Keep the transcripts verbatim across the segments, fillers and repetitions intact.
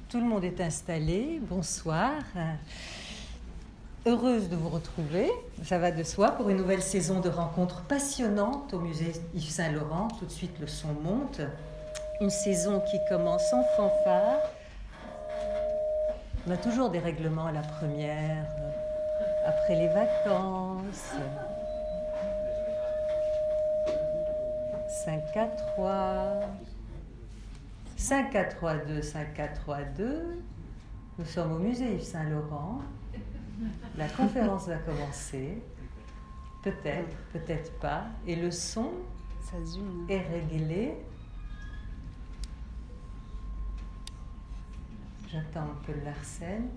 Tout le monde est installé. Bonsoir. Heureuse de vous retrouver, ça va de soi, pour une nouvelle saison de rencontres passionnantes au musée Yves Saint-Laurent. Tout de suite, le son monte. Une saison qui commence en fanfare. On a toujours des règlements à la première, après les vacances. cinq, quatre, trois. cinq, quatre, trois, deux, cinq, quatre, trois, deux. Nous sommes au musée Yves Saint-Laurent. La conférence va commencer. Peut-être, peut-être pas. Et le son Ça zoome. est réglé. J'attends un peu le Larsen.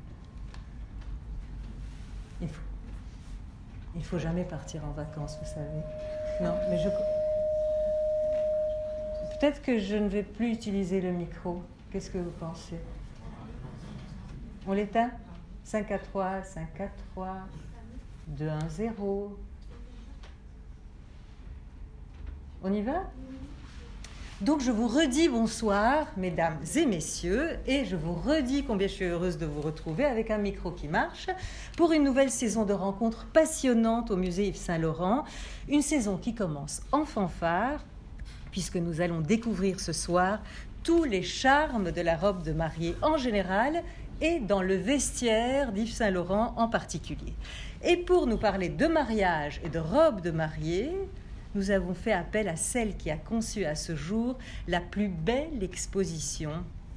Il faut, il faut jamais partir en vacances, vous savez. Non, mais je... Peut-être que je ne vais plus utiliser le micro. Qu'est-ce que vous pensez? On l'éteint? cinq à trois, cinq à trois, deux un zéro. On y va? Donc je vous redis bonsoir, mesdames et messieurs, et je vous redis combien je suis heureuse de vous retrouver avec un micro qui marche pour une nouvelle saison de rencontres passionnantes au musée Yves Saint-Laurent. Une saison qui commence en fanfare, puisque nous allons découvrir ce soir tous les charmes de la robe de mariée en général et dans le vestiaire d'Yves Saint-Laurent en particulier. Et pour nous parler de mariage et de robe de mariée, nous avons fait appel à celle qui a conçu à ce jour la plus belle exposition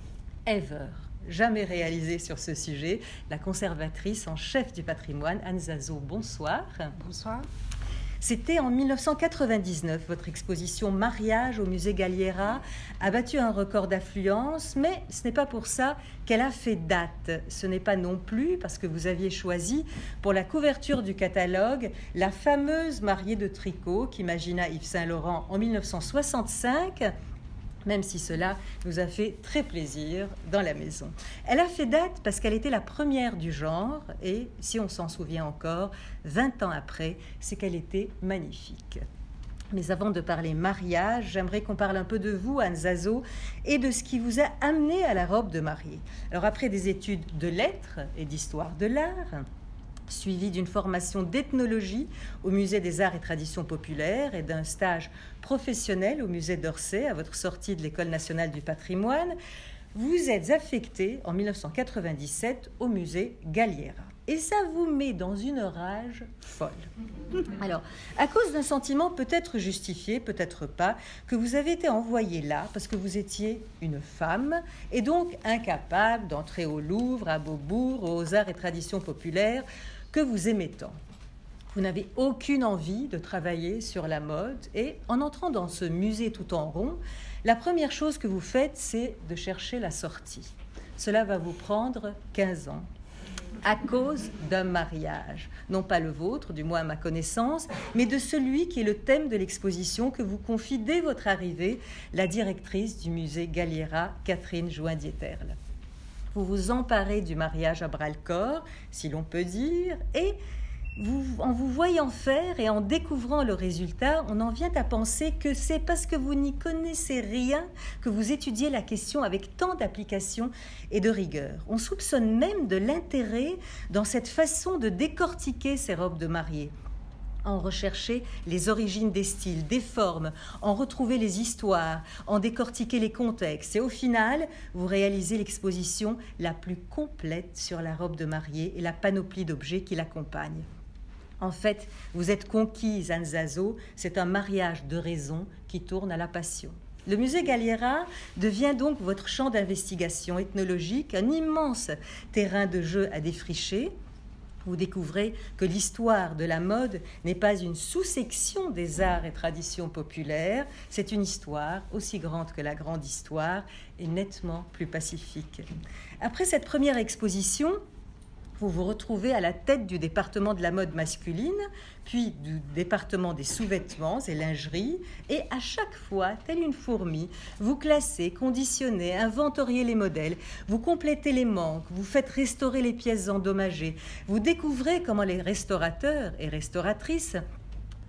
ever, jamais réalisée sur ce sujet, la conservatrice en chef du patrimoine, Anne Zazot. Bonsoir. Bonsoir. C'était en mille neuf cent quatre-vingt-dix-neuf, votre exposition Mariage au musée Galliera a battu un record d'affluence, mais ce n'est pas pour ça qu'elle a fait date. Ce n'est pas non plus parce que vous aviez choisi pour la couverture du catalogue la fameuse mariée de tricot qu'imagina Yves Saint-Laurent en mille neuf cent soixante-cinq, même si cela nous a fait très plaisir dans la maison. Elle a fait date parce qu'elle était la première du genre, et si on s'en souvient encore, vingt ans après, c'est qu'elle était magnifique. Mais avant de parler mariage, j'aimerais qu'on parle un peu de vous, Anne Zazot, et de ce qui vous a amené à la robe de mariée. Alors après des études de lettres et d'histoire de l'art, suivi d'une formation d'ethnologie au musée des arts et traditions populaires et d'un stage professionnel au musée d'Orsay à votre sortie de l'École nationale du patrimoine, vous êtes affecté en mille neuf cent quatre-vingt-dix-sept au musée Galliera. Et ça vous met dans une rage folle. Alors, à cause d'un sentiment peut-être justifié, peut-être pas, que vous avez été envoyé là parce que vous étiez une femme et donc incapable d'entrer au Louvre, à Beaubourg, aux arts et traditions populaires que vous aimez tant. Vous n'avez aucune envie de travailler sur la mode et en entrant dans ce musée tout en rond, la première chose que vous faites, c'est de chercher la sortie. Cela va vous prendre quinze ans. À cause d'un mariage, non pas le vôtre, du moins à ma connaissance, mais de celui qui est le thème de l'exposition que vous confie dès votre arrivée la directrice du musée Galliera, Catherine Join-Dieterle. Vous vous emparez du mariage à bras-le-corps, si l'on peut dire, et vous, en vous voyant faire et en découvrant le résultat, on en vient à penser que c'est parce que vous n'y connaissez rien que vous étudiez la question avec tant d'application et de rigueur. On soupçonne même de l'intérêt dans cette façon de décortiquer ces robes de mariée. En rechercher les origines des styles, des formes, en retrouver les histoires, en décortiquer les contextes. Et au final, vous réalisez l'exposition la plus complète sur la robe de mariée et la panoplie d'objets qui l'accompagnent. En fait, vous êtes conquise, Anne Zazot, c'est un mariage de raison qui tourne à la passion. Le musée Galliera devient donc votre champ d'investigation ethnologique, un immense terrain de jeu à défricher. Vous découvrez que l'histoire de la mode n'est pas une sous-section des arts et traditions populaires, c'est une histoire aussi grande que la grande histoire et nettement plus pacifique. Après cette première exposition, vous vous retrouvez à la tête du département de la mode masculine, puis du département des sous-vêtements et lingerie, et à chaque fois, telle une fourmi, vous classez, conditionnez, inventoriez les modèles, vous complétez les manques, vous faites restaurer les pièces endommagées, vous découvrez comment les restaurateurs et restauratrices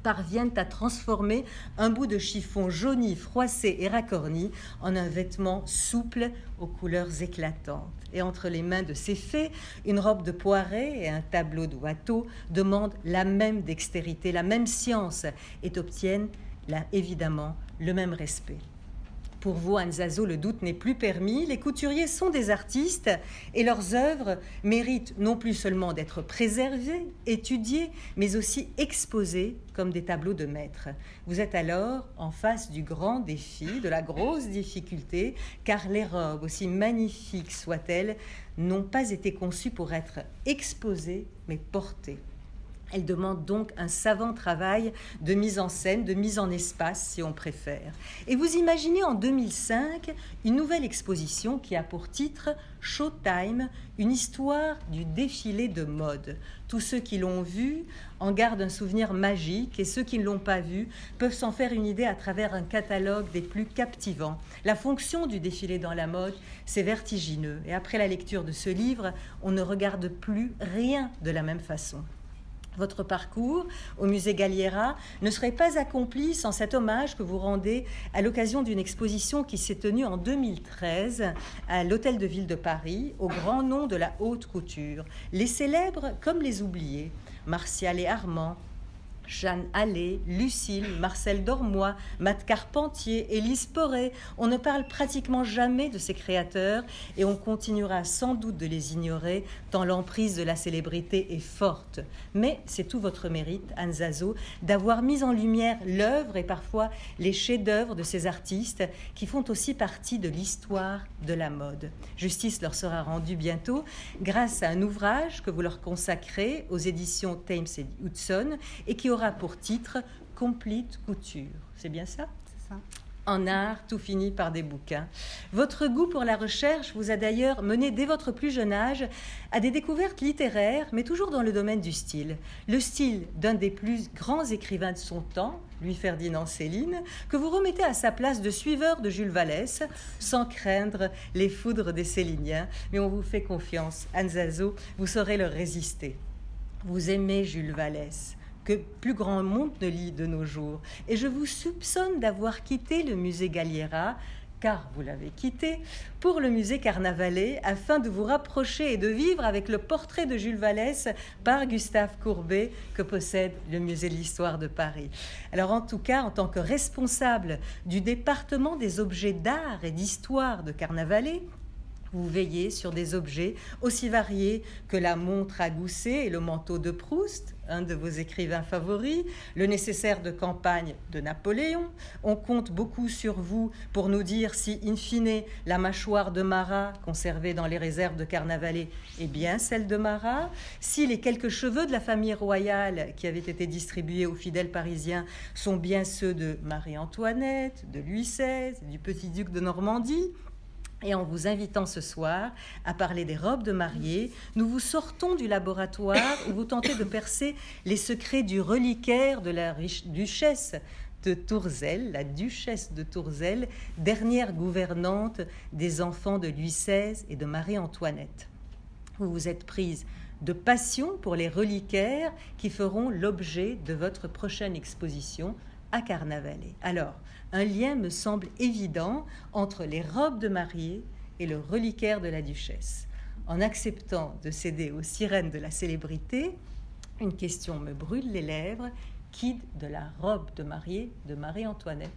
parviennent à transformer un bout de chiffon jauni, froissé et racorni en un vêtement souple aux couleurs éclatantes. Et entre les mains de ces fées, une robe de Poiret et un tableau de Watteau demandent la même dextérité, la même science et obtiennent là, évidemment le même respect. Pour vous, Anzazo, le doute n'est plus permis. Les couturiers sont des artistes et leurs œuvres méritent non plus seulement d'être préservées, étudiées, mais aussi exposées comme des tableaux de maître. Vous êtes alors en face du grand défi, de la grosse difficulté, car les robes, aussi magnifiques soient-elles, n'ont pas été conçues pour être exposées, mais portées. Elle demande donc un savant travail de mise en scène, de mise en espace, si on préfère. Et vous imaginez en deux mille cinq une nouvelle exposition qui a pour titre « Showtime, une histoire du défilé de mode ». Tous ceux qui l'ont vu en gardent un souvenir magique et ceux qui ne l'ont pas vu peuvent s'en faire une idée à travers un catalogue des plus captivants. La fonction du défilé dans la mode, c'est vertigineux. Et après la lecture de ce livre, on ne regarde plus rien de la même façon. Votre parcours au musée Galliera ne serait pas accompli sans cet hommage que vous rendez à l'occasion d'une exposition qui s'est tenue en deux mille treize à l'Hôtel de Ville de Paris, au grand nom de la haute couture. Les célèbres comme les oubliés, Martial et Armand, Jeanne Allais, Lucille, Marcel Dormois, Matt Carpentier, Élise Poré. On ne parle pratiquement jamais de ces créateurs et on continuera sans doute de les ignorer tant l'emprise de la célébrité est forte. Mais c'est tout votre mérite, Anzazo, d'avoir mis en lumière l'œuvre et parfois les chefs-d'œuvre de ces artistes qui font aussi partie de l'histoire de la mode. Justice leur sera rendue bientôt grâce à un ouvrage que vous leur consacrez aux éditions Thames et Hudson et qui aura pour titre « Complete Couture ». C'est bien ça ? C'est ça. En art, tout finit par des bouquins. Votre goût pour la recherche vous a d'ailleurs mené dès votre plus jeune âge à des découvertes littéraires, mais toujours dans le domaine du style. Le style d'un des plus grands écrivains de son temps, Louis-Ferdinand Céline, que vous remettez à sa place de suiveur de Jules Vallès, sans craindre les foudres des Céliniens. Mais on vous fait confiance, Anzazo, vous saurez leur résister. Vous aimez Jules Vallès, que plus grand monde ne lit de nos jours. Et je vous soupçonne d'avoir quitté le musée Galliera, car vous l'avez quitté, pour le musée Carnavalet, afin de vous rapprocher et de vivre avec le portrait de Jules Vallès par Gustave Courbet, que possède le musée de l'Histoire de Paris. Alors en tout cas, en tant que responsable du département des objets d'art et d'histoire de Carnavalet, vous veillez sur des objets aussi variés que la montre à gousset et le manteau de Proust, un de vos écrivains favoris, le nécessaire de campagne de Napoléon. On compte beaucoup sur vous pour nous dire si, in fine, la mâchoire de Marat, conservée dans les réserves de Carnavalet, est bien celle de Marat, si les quelques cheveux de la famille royale qui avaient été distribués aux fidèles parisiens sont bien ceux de Marie-Antoinette, de Louis seize, du petit-duc de Normandie. Et en vous invitant ce soir à parler des robes de mariée, nous vous sortons du laboratoire où vous tentez de percer les secrets du reliquaire de la duchesse de Tourzel, la duchesse de Tourzel, dernière gouvernante des enfants de Louis seize et de Marie-Antoinette. Vous vous êtes prise de passion pour les reliquaires qui feront l'objet de votre prochaine exposition à Carnavalet. Alors, un lien me semble évident entre les robes de mariée et le reliquaire de la duchesse. En acceptant de céder aux sirènes de la célébrité, une question me brûle les lèvres. Qui de la robe de mariée de Marie-Antoinette?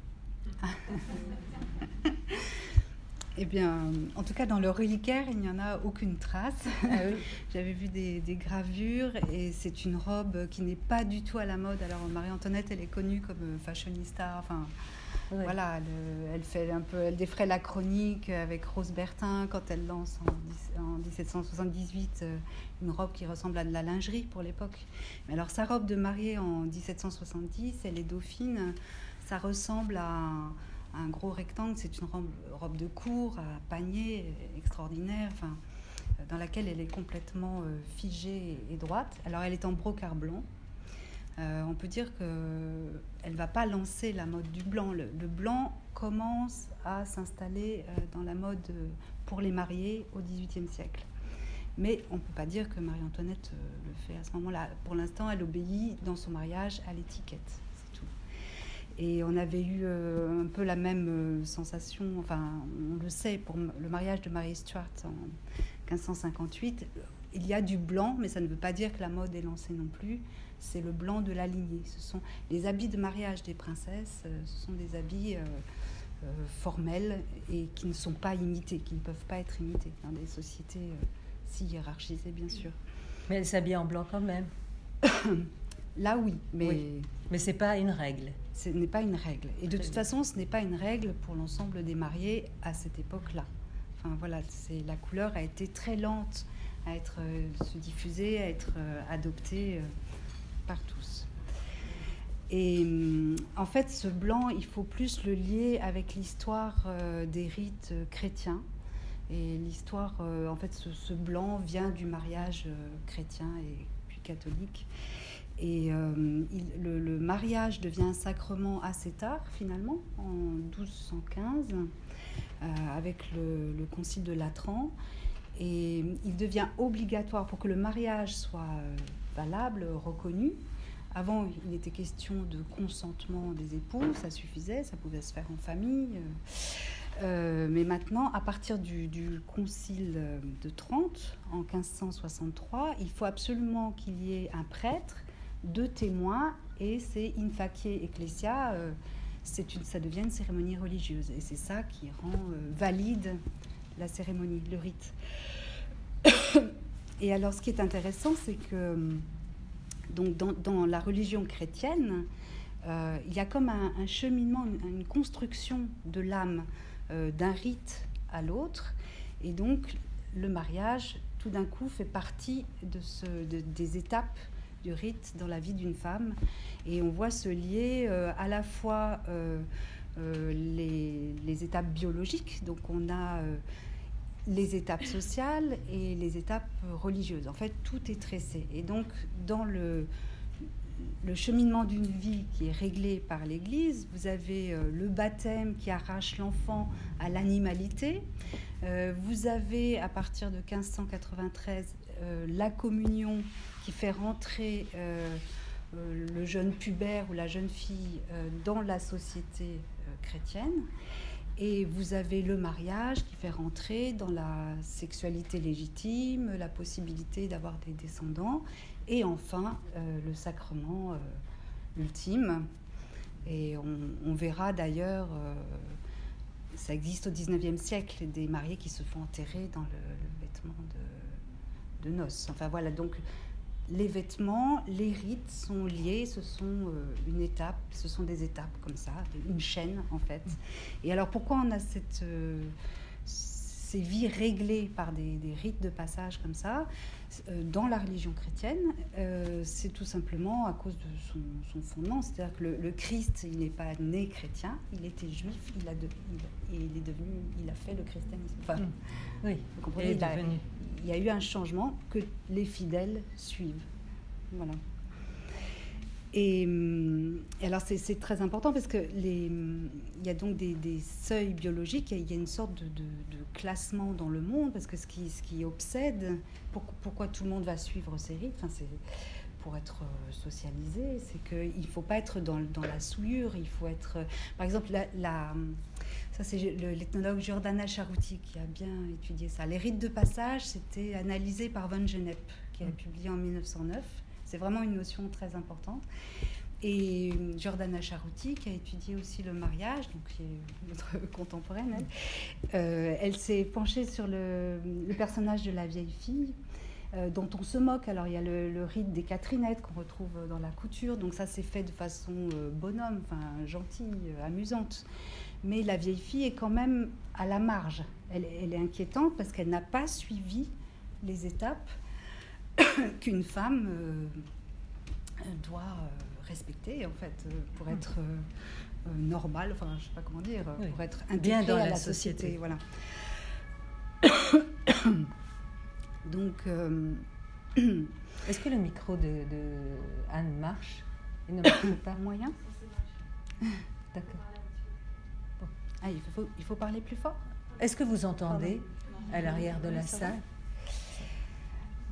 Eh bien, en tout cas, dans le reliquaire, il n'y en a aucune trace. Ah oui. J'avais vu des, des gravures et c'est une robe qui n'est pas du tout à la mode. Alors, Marie-Antoinette, elle est connue comme fashionista. Enfin, oui. Voilà, elle, elle fait un peu, elle défraie la chronique avec Rose Bertin quand elle lance en, en dix-sept cent soixante-dix-huit une robe qui ressemble à de la lingerie pour l'époque. Mais alors, sa robe de mariée en dix-sept cent soixante-dix, elle est dauphine. Ça ressemble à un gros rectangle, c'est une robe, robe de cour à panier extraordinaire, enfin, dans laquelle elle est complètement euh, figée et droite. Alors elle est en brocart blanc. Euh, on peut dire qu'elle ne va pas lancer la mode du blanc. Le, le blanc commence à s'installer euh, dans la mode pour les mariés au dix-huitième siècle. Mais on ne peut pas dire que Marie-Antoinette euh, le fait à ce moment-là. Pour l'instant, elle obéit dans son mariage à l'étiquette, c'est tout. Et on avait eu euh, un peu la même euh, sensation, enfin, on le sait, pour le mariage de Marie Stuart en quinze cent cinquante-huit, il y a du blanc, mais ça ne veut pas dire que la mode est lancée non plus. C'est le blanc de la lignée. Ce sont les habits de mariage des princesses, euh, ce sont des habits... Euh, Euh, formels et qui ne sont pas imités, qui ne peuvent pas être imités dans des sociétés euh, si hiérarchisées, bien sûr. Mais elle s'habille en blanc quand même. Là, oui, mais... Oui. Mais ce n'est pas une règle. Ce n'est pas une règle. Et de Très toute bien. façon, ce n'est pas une règle pour l'ensemble des mariés à cette époque-là. Enfin, voilà, c'est, la couleur a été très lente à être euh, se diffuser, à être euh, adoptée euh, par tous. Et en fait, ce blanc, il faut plus le lier avec l'histoire euh, des rites euh, chrétiens. Et l'histoire, euh, en fait, ce, ce blanc vient du mariage euh, chrétien et puis catholique. Et euh, il, le, le mariage devient un sacrement assez tard, finalement, en douze cent quinze, euh, avec le, le concile de Latran. Et il devient obligatoire pour que le mariage soit euh, valable, reconnu. Avant, il était question de consentement des époux, ça suffisait, ça pouvait se faire en famille. Euh, mais maintenant, à partir du, du concile de Trente, en quinze cent soixante-trois, il faut absolument qu'il y ait un prêtre, deux témoins, et c'est in facie ecclesia, euh, c'est une, ça devient une cérémonie religieuse. Et c'est ça qui rend euh, valide la cérémonie, le rite. Et alors, ce qui est intéressant, c'est que... Donc, dans, dans la religion chrétienne, euh, il y a comme un, un cheminement, une, une construction de l'âme euh, d'un rite à l'autre. Et donc, le mariage, tout d'un coup, fait partie de ce, de, des étapes du rite dans la vie d'une femme. Et on voit se lier euh, à la fois euh, euh, les, les étapes biologiques. Donc, on a... Euh, les étapes sociales et les étapes religieuses. En fait, tout est tressé. Et donc, dans le, le cheminement d'une vie qui est réglé par l'Église, vous avez euh, le baptême qui arrache l'enfant à l'animalité. Euh, vous avez, à partir de quinze cent quatre-vingt-treize, euh, la communion qui fait rentrer euh, euh, le jeune pubère ou la jeune fille euh, dans la société euh, chrétienne. Et vous avez le mariage qui fait rentrer dans la sexualité légitime, la possibilité d'avoir des descendants, et enfin euh, le sacrement euh, ultime. Et on, on verra d'ailleurs, euh, ça existe au dix-neuvième siècle, des mariés qui se font enterrer dans le, le vêtement de, de noces. Enfin voilà, donc les vêtements, les rites sont liés, ce sont euh, une étape, ce sont des étapes comme ça, une chaîne en fait. Et alors pourquoi on a cette, euh, ces vies réglées par des, des rites de passage comme ça euh, dans la religion chrétienne? euh, C'est tout simplement à cause de son, son fondement, c'est-à-dire que le, le Christ, il n'est pas né chrétien, il était juif, il a, de, il, il est devenu, il a fait le christianisme. Enfin, mmh. Oui, vous comprenez, il, a, il y a eu un changement que les fidèles suivent. Voilà. Et, et alors c'est, c'est très important parce que les, il y a donc des, des seuils biologiques, il y a une sorte de, de, de classement dans le monde, parce que ce qui, ce qui obsède, pour, pourquoi tout le monde va suivre ces rites, enfin c'est pour être socialisé, c'est qu'il ne faut pas être dans, dans la souillure, il faut être... Par exemple, la, la, ça c'est le, l'ethnologue Giordana Charuti qui a bien étudié ça. Les rites de passage, c'était analysé par Van Gennep, qui a publié en mille neuf cent neuf. C'est vraiment une notion très importante. Et Giordana Charuti, qui a étudié aussi le mariage, donc qui est notre contemporaine, elle, euh, elle s'est penchée sur le, le personnage de la vieille fille, euh, dont on se moque. Alors il y a le, le rite des Catherinettes qu'on retrouve dans la couture, donc ça c'est fait de façon euh, bonhomme, enfin gentille, euh, amusante. Mais la vieille fille est quand même à la marge. Elle, elle est inquiétante parce qu'elle n'a pas suivi les étapes qu'une femme euh, doit euh, respecter, en fait, euh, pour être euh, euh, normale, enfin, je sais pas comment dire, oui. Pour être intégrée dans à la, la société. société voilà. Donc... Euh, est-ce que le micro de, de Anne marche? Il ne marche pas? Moyen? D'accord. Bon. Ah, il faut, il faut parler plus fort? Est-ce que vous entendez à l'arrière de la salle?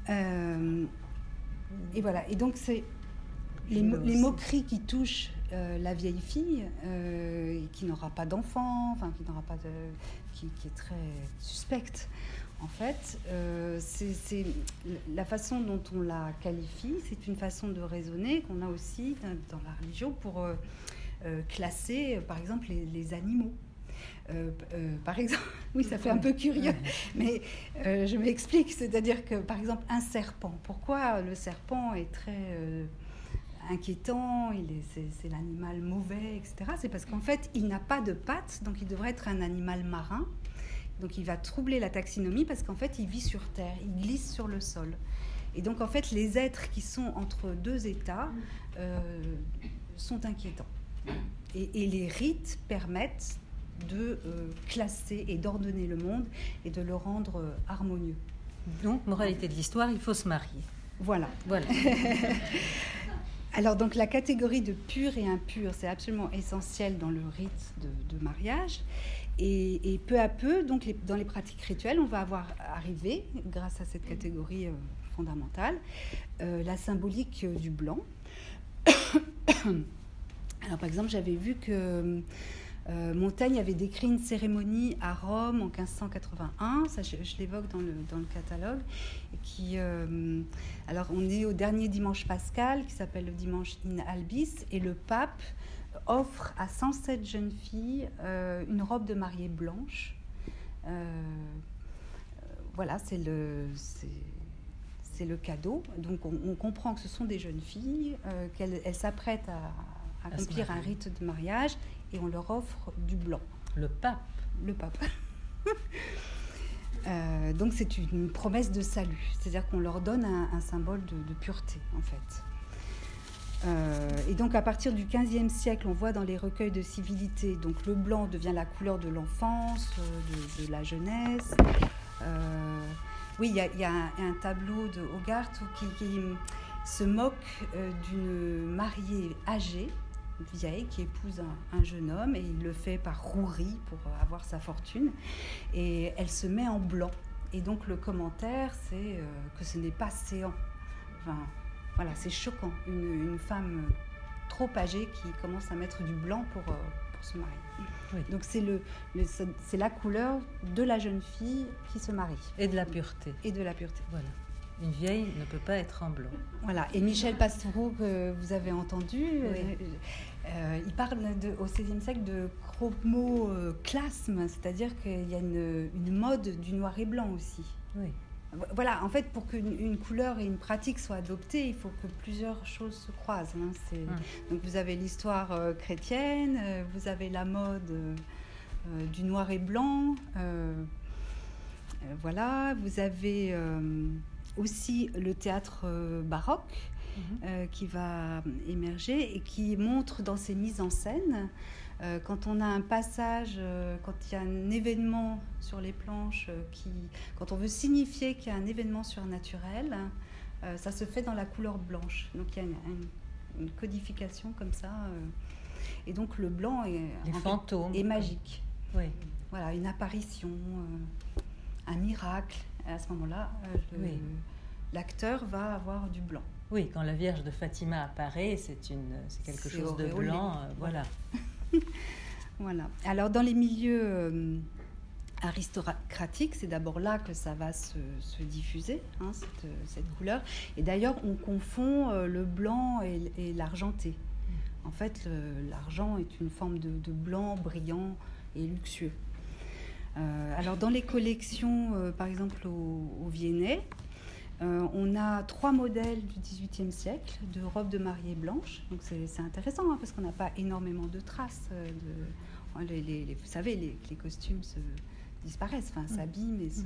Euh, et voilà. Et donc, c'est les, mo- les moqueries qui touchent euh, la vieille fille, euh, qui n'aura pas d'enfant, enfin, qui n'aura pas de... Qui, qui est très suspecte. En fait, euh, c'est, c'est la façon dont on la qualifie, c'est une façon de raisonner qu'on a aussi dans, dans la religion pour euh, euh, classer, euh, par exemple, les, les animaux. Euh, euh, par exemple, oui, ça fait un peu curieux, mais euh, je m'explique, c'est-à-dire que, par exemple, un serpent, pourquoi le serpent est très euh, inquiétant, il est, c'est, c'est l'animal mauvais, et cetera. C'est parce qu'en fait, il n'a pas de pattes, donc il devrait être un animal marin. Donc il va troubler la taxinomie parce qu'en fait il vit sur terre, il glisse sur le sol. Et donc en fait les êtres qui sont entre deux états euh, sont inquiétants. Et, et les rites permettent de euh, classer et d'ordonner le monde et de le rendre euh, harmonieux. Donc moralité de l'histoire, il faut se marier. Voilà. Voilà. Alors donc la catégorie de pur et impur, c'est absolument essentiel dans le rite de, de mariage. Et, et peu à peu, donc les, dans les pratiques rituelles, on va avoir arrivé, grâce à cette catégorie euh, fondamentale, euh, la symbolique euh, du blanc. Alors par exemple, j'avais vu que euh, Montaigne avait décrit une cérémonie à Rome en quinze cent quatre-vingt-un, ça je, je l'évoque dans le, dans le catalogue, qui, euh, alors on est au dernier dimanche pascal, qui s'appelle le dimanche in albis, et le pape offre à cent sept jeunes filles euh, une robe de mariée blanche. Euh, euh, voilà, c'est le, c'est, c'est le cadeau. Donc on, on comprend que ce sont des jeunes filles, euh, qu'elles elles s'apprêtent à, à accomplir un rite de mariage et on leur offre du blanc. Le pape. Le pape. euh, donc c'est une promesse de salut. C'est-à-dire qu'on leur donne un, un symbole de, de pureté, en fait. Euh, et donc à partir du quinzième siècle, on voit dans les recueils de civilité, donc le blanc devient la couleur de l'enfance, de, de la jeunesse. Euh, oui, il y a, y a un, un tableau de Hogarth qui, qui se moque euh, d'une mariée âgée, vieille, qui épouse un, un jeune homme, et il le fait par rouerie pour avoir sa fortune. Et elle se met en blanc. Et donc le commentaire, c'est euh, que ce n'est pas séant. Enfin, voilà, c'est choquant, une, une femme trop âgée qui commence à mettre du blanc pour, euh, pour se marier. Oui. Donc c'est, le, le, c'est la couleur de la jeune fille qui se marie. Et de la pureté. Et de la pureté. Voilà. Une vieille ne peut pas être en blanc. Voilà. Et Michel Pastoureau, que vous avez entendu, oui. euh, euh, il parle de, au seizième siècle de chromoclasme, c'est-à-dire qu'il y a une, une mode du noir et blanc aussi. Oui. Voilà, en fait, pour qu'une une couleur et une pratique soient adoptées, il faut que plusieurs choses se croisent. Hein. C'est... Hum. Donc vous avez l'histoire euh, chrétienne, euh, vous avez la mode euh, euh, du noir et blanc, euh, euh, voilà, vous avez euh, aussi le théâtre euh, baroque mmh. euh, qui va émerger et qui montre dans ses mises en scène, euh, quand on a un passage, euh, quand il y a un événement sur les planches, euh, qui, quand on veut signifier qu'il y a un événement surnaturel, euh, ça se fait dans la couleur blanche. Donc il y a une, une, une codification comme ça. Euh, et donc le blanc est, les fantômes, est magique. Oui. Voilà, une apparition, euh, un miracle. Et à ce moment-là, euh, le, oui. l'acteur va avoir du blanc. Oui, quand la Vierge de Fatima apparaît, c'est, une, c'est quelque c'est chose auréolé. De blanc. Euh, voilà. Voilà. Alors, dans les milieux euh, aristocratiques, c'est d'abord là que ça va se, se diffuser, hein, cette, cette couleur. Et d'ailleurs, on confond euh, le blanc et, et l'argenté. En fait, le, l'argent est une forme de, de blanc brillant et luxueux. Euh, alors, dans les collections, euh, par exemple au, au Viennet, euh, on a trois modèles du dix-huitième siècle de robes de mariée blanches. Donc, c'est, c'est intéressant hein, parce qu'on n'a pas énormément de traces. Euh, de, les, les, les, vous savez, les, les costumes se disparaissent, enfin, s'abîment et se...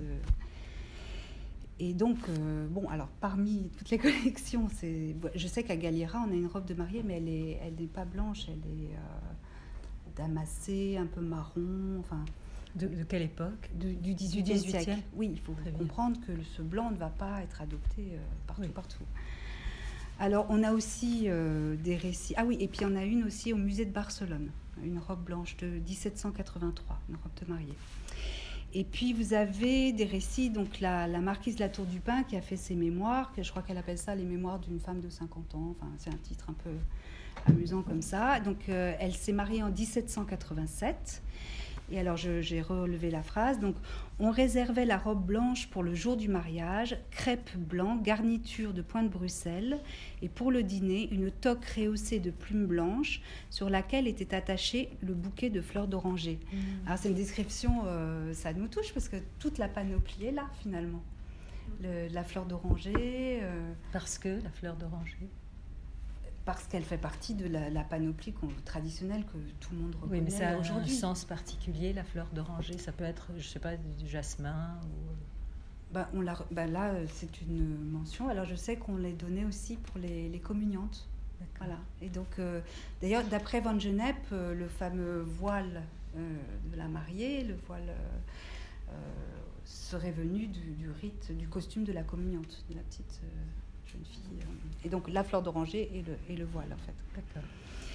Et donc, euh, bon, alors, parmi toutes les collections, c'est, je sais qu'à Galliera, on a une robe de mariée, mais elle n'est elle n'est pas blanche, elle est euh, damassée, un peu marron, enfin... De, de quelle époque ? de, Du dix-huitième siècle. Oui, il faut Très comprendre bien. Que ce blanc ne va pas être adopté euh, partout, oui. partout. Alors, on a aussi euh, des récits... Ah oui, et puis on a une aussi au musée de Barcelone, une robe blanche de dix-sept cent quatre-vingt-trois, une robe de mariée. Et puis vous avez des récits, donc la, la marquise de la Tour du Pin qui a fait ses mémoires, que je crois qu'elle appelle ça les mémoires d'une femme de cinquante ans, enfin c'est un titre un peu amusant comme ça. Donc euh, elle s'est mariée en dix-sept cent quatre-vingt-sept. Et alors je, j'ai relevé la phrase. Donc on réservait la robe blanche pour le jour du mariage, crêpe blanc, garniture de point de Bruxelles, et pour le dîner une toque rehaussée de plumes blanches sur laquelle était attaché le bouquet de fleurs d'oranger. Mmh. Alors c'est une description, euh, ça nous touche parce que toute la panoplie est là finalement. Le, la fleur d'oranger. Euh, parce que la fleur d'oranger. Parce qu'elle fait partie de la, la panoplie traditionnelle que tout le monde reconnaît. Oui, mais ça a aujourd'hui. un sens particulier, la fleur d'oranger. Ça peut être, je ne sais pas, du jasmin ou... Ben, on l'a, ben là, c'est une mention. Alors, je sais qu'on les donnait aussi pour les, les communiantes. D'accord. Voilà. Et donc, euh, d'ailleurs, d'après Van Gennep, euh, le fameux voile euh, de la mariée, le voile euh, serait venu du, du rite, du costume de la communiante, de la petite... Euh, jeune fille. Et donc la fleur d'oranger et le, et le voile en fait. D'accord.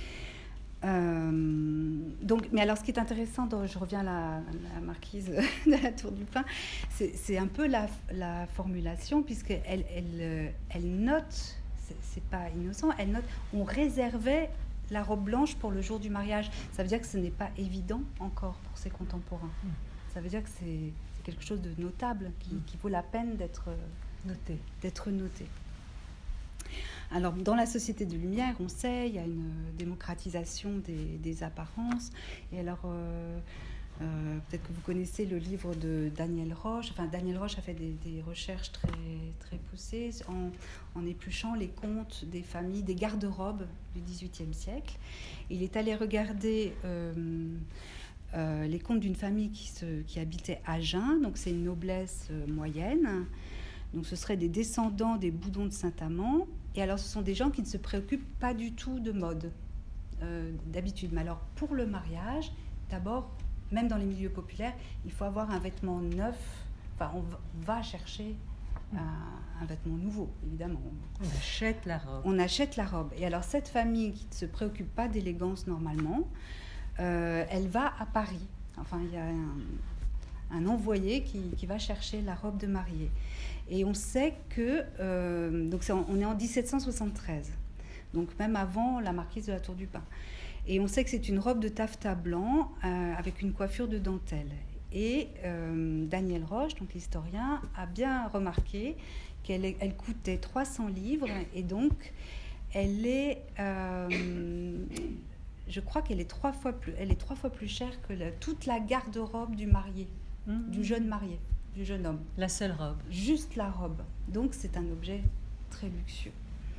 Euh, donc, mais alors ce qui est intéressant, donc, je reviens à la, la marquise de la Tour du Pin, c'est, c'est un peu la, la formulation, puisqu'elle elle, elle note, c'est, c'est pas innocent, elle note, on réservait la robe blanche pour le jour du mariage. Ça veut dire que ce n'est pas évident encore pour ses contemporains. Mmh. Ça veut dire que c'est, c'est quelque chose de notable, qui, mmh. qui vaut la peine d'être noté. D'être noté. Alors, dans la société de lumière, on sait, il y a une démocratisation des, des apparences. Et alors, euh, euh, peut-être que vous connaissez le livre de Daniel Roche. Enfin, Daniel Roche a fait des, des recherches très, très poussées en, en épluchant les contes des familles, des garde-robes du dix-huitième siècle. Il est allé regarder euh, euh, les contes d'une famille qui, se, qui habitait à Agen. Donc, c'est une noblesse euh, moyenne. Donc, ce seraient des descendants des Boudons de Saint-Amand. Et alors, ce sont des gens qui ne se préoccupent pas du tout de mode, euh, d'habitude. Mais alors, pour le mariage, d'abord, même dans les milieux populaires, il faut avoir un vêtement neuf. Enfin, on va, on va chercher un, un vêtement nouveau, évidemment. On achète la robe. On achète la robe. Et alors, cette famille qui ne se préoccupe pas d'élégance normalement, euh, elle va à Paris. Enfin, il y a un, un envoyé qui, qui va chercher la robe de mariée. Et on sait que... Euh, donc c'est en, on est en dix-sept cent soixante-treize, donc même avant la marquise de la Tour du Pin. Et on sait que c'est une robe de taffetas blanc euh, avec une coiffure de dentelle. Et euh, Daniel Roche, donc l'historien, a bien remarqué qu'elle est, elle coûtait trois cents livres. Et donc, elle est... Euh, je crois qu'elle est trois fois plus, elle est trois fois plus chère que la, toute la garde-robe du marié, mmh. du jeune marié. Du jeune homme. La seule robe. Juste la robe. Donc c'est un objet très luxueux.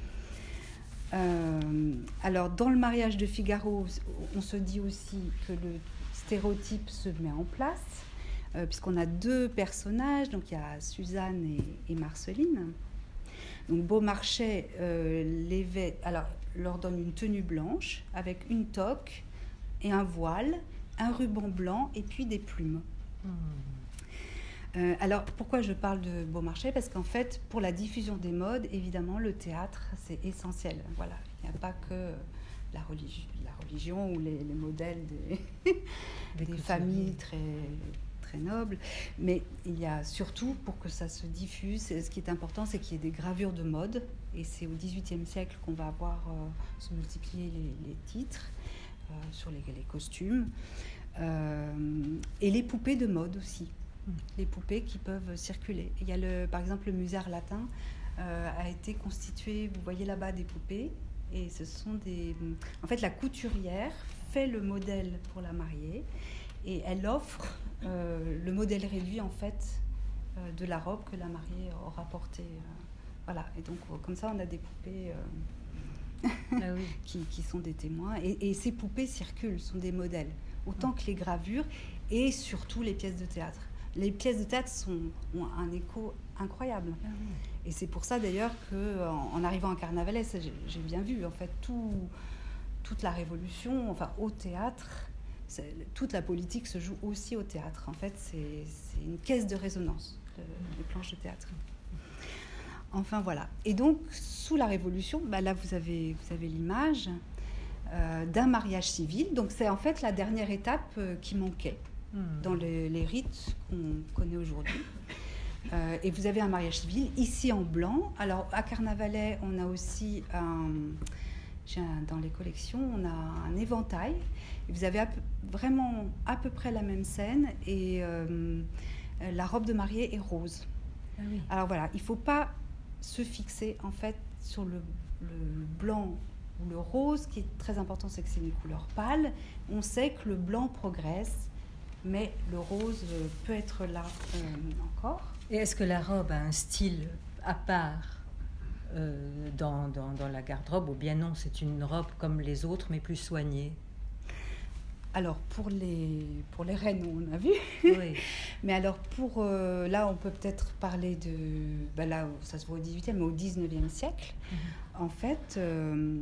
Euh, alors dans le mariage de Figaro, on se dit aussi que le stéréotype se met en place, euh, puisqu'on a deux personnages, donc il y a Suzanne et, et Marceline. Donc Beaumarchais euh, les vêt, alors, leur donne une tenue blanche avec une toque et un voile, un ruban blanc et puis des plumes. Mmh. Euh, alors, pourquoi je parle de Beaumarchais ? Parce qu'en fait, pour la diffusion des modes, évidemment, le théâtre, c'est essentiel. Voilà, il n'y a pas que la, religi- la religion ou les, les modèles des, des, des familles très, très nobles, mais il y a surtout, pour que ça se diffuse, ce qui est important, c'est qu'il y ait des gravures de mode, et c'est au dix-huitième siècle qu'on va voir euh, se multiplier les, les titres euh, sur les, les costumes, euh, et les poupées de mode aussi. Les poupées qui peuvent circuler. Il y a le, par exemple, le musée Arlatin euh, a été constitué, vous voyez là-bas des poupées, et ce sont des... En fait, la couturière fait le modèle pour la mariée, et elle offre euh, le modèle réduit, en fait, euh, de la robe que la mariée aura portée. Euh, voilà, et donc, comme ça, on a des poupées... Euh, ah oui. qui, qui sont des témoins. Et, et ces poupées circulent, sont des modèles, autant que les gravures, et surtout les pièces de théâtre. Les pièces de théâtre sont, ont un écho incroyable. Ah oui. Et c'est pour ça d'ailleurs qu'en en arrivant à Carnavalet, ça, j'ai, j'ai bien vu en fait tout, toute la révolution, enfin au théâtre, toute la politique se joue aussi au théâtre. En fait, c'est, c'est une caisse de résonance, le, les planches de théâtre. Enfin voilà. Et donc sous la Révolution, bah, là vous avez, vous avez l'image euh, d'un mariage civil. Donc c'est en fait la dernière étape euh, qui manquait. mmh. dans les, les rites qu'on connaît aujourd'hui. Euh, et vous avez un mariage civil, ici en blanc. Alors, à Carnavalet, on a aussi un... J'ai un, dans les collections, on a un éventail. Et vous avez à peu, vraiment à peu près la même scène. Et euh, la robe de mariée est rose. Ah oui. Alors voilà, il ne faut pas se fixer en fait sur le, le blanc ou le rose. Ce qui est très important, c'est que c'est une couleur pâle. On sait que le blanc progresse, mais le rose peut être là euh, encore. Et est-ce que la robe a un style à part euh, dans, dans, dans la garde-robe, ou bien non, c'est une robe comme les autres, mais plus soignée? Alors, pour les, pour les reines, on a vu. Oui. Mais alors, pour... Euh, là, on peut peut-être parler de... Ben là, ça se voit au dix-huitième, mais au dix-neuvième siècle. Mm-hmm. En fait, euh,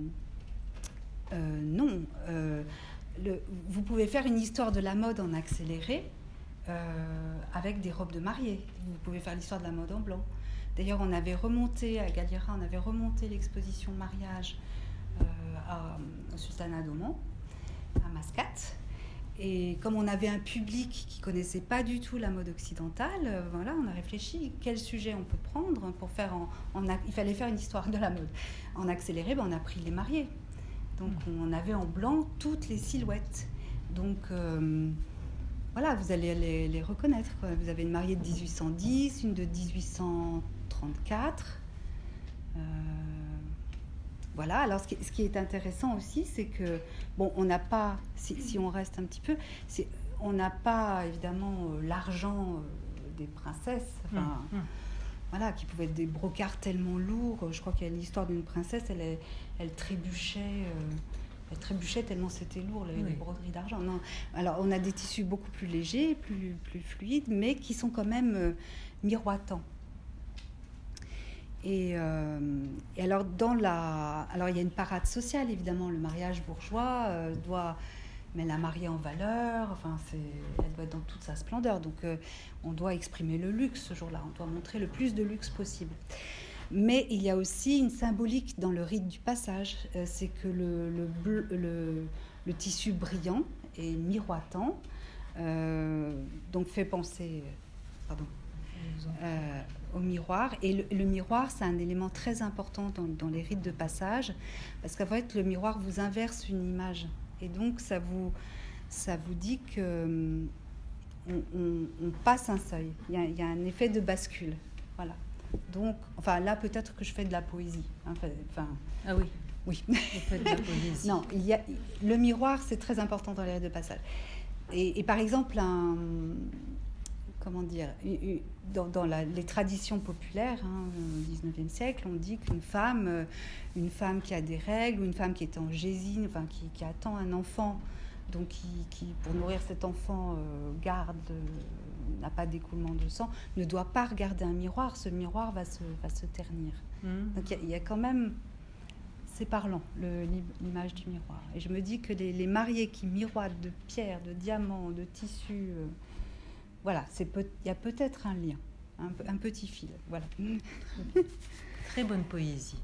euh, non. Euh, le, vous pouvez faire une histoire de la mode en accéléré euh, avec des robes de mariée. Vous pouvez faire l'histoire de la mode en blanc. D'ailleurs, on avait remonté, à Galliera, on avait remonté l'exposition mariage euh, à, au Sultanat d'Oman, à Mascate. Et comme on avait un public qui ne connaissait pas du tout la mode occidentale, euh, voilà, on a réfléchi quel sujet on peut prendre pour faire en, en il fallait faire une histoire de la mode. En accéléré, ben, on a pris les mariés. Donc on avait en blanc toutes les silhouettes. Donc euh, voilà, vous allez les, les reconnaître, quoi. Vous avez une mariée de dix-huit cent dix, une de dix-huit cent trente-quatre. Euh, Voilà, alors ce qui, ce qui est intéressant aussi, c'est que, bon, on n'a pas, si, si on reste un petit peu, c'est, on n'a pas évidemment euh, l'argent euh, des princesses, enfin, mmh, mmh. voilà, qui pouvaient être des brocarts tellement lourds. Je crois qu'il y a l'histoire d'une princesse, elle, est, elle trébuchait, euh, elle trébuchait tellement c'était lourd, les, oui. les broderies d'argent. Non. Alors, on a des tissus beaucoup plus légers, plus, plus fluides, mais qui sont quand même euh, miroitants. Et, euh, et alors, dans la, alors, il y a une parade sociale, évidemment. Le mariage bourgeois euh, doit mettre la mariée en valeur. Enfin, c'est, elle doit être dans toute sa splendeur. Donc, euh, on doit exprimer le luxe ce jour-là. On doit montrer le plus de luxe possible. Mais il y a aussi une symbolique dans le rite du passage. Euh, c'est que le, le, bleu, le, le tissu brillant et miroitant euh, donc fait penser... Pardon. Euh, au miroir, et le, le miroir c'est un élément très important dans, dans les rites de passage, parce qu'en fait le miroir vous inverse une image, et donc ça vous, ça vous dit que on, on, on passe un seuil, il y, a, il y a un effet de bascule, voilà. Donc, enfin là peut-être que je fais de la poésie, hein, enfin, ah oui, oui, je fais de la poésie. Non, il y a, le miroir c'est très important dans les rites de passage, et, et par exemple un comment dire, dans, dans la, les traditions populaires hein, au dix-neuvième siècle, on dit qu'une femme, une femme qui a des règles, ou une femme qui est en gésine, enfin qui, qui attend un enfant, donc qui, qui pour nourrir cet enfant euh, garde, euh, n'a pas d'écoulement de sang, ne doit pas regarder un miroir. Ce miroir va se, va se ternir. Mmh. Donc il y, y a quand même, c'est parlant, le, l'image du miroir. Et je me dis que les, les mariés qui miroitent de pierres, de diamants, de tissus, euh, voilà, c'est peut, il y a peut-être un lien, un, un petit fil, voilà. Très bonne poésie.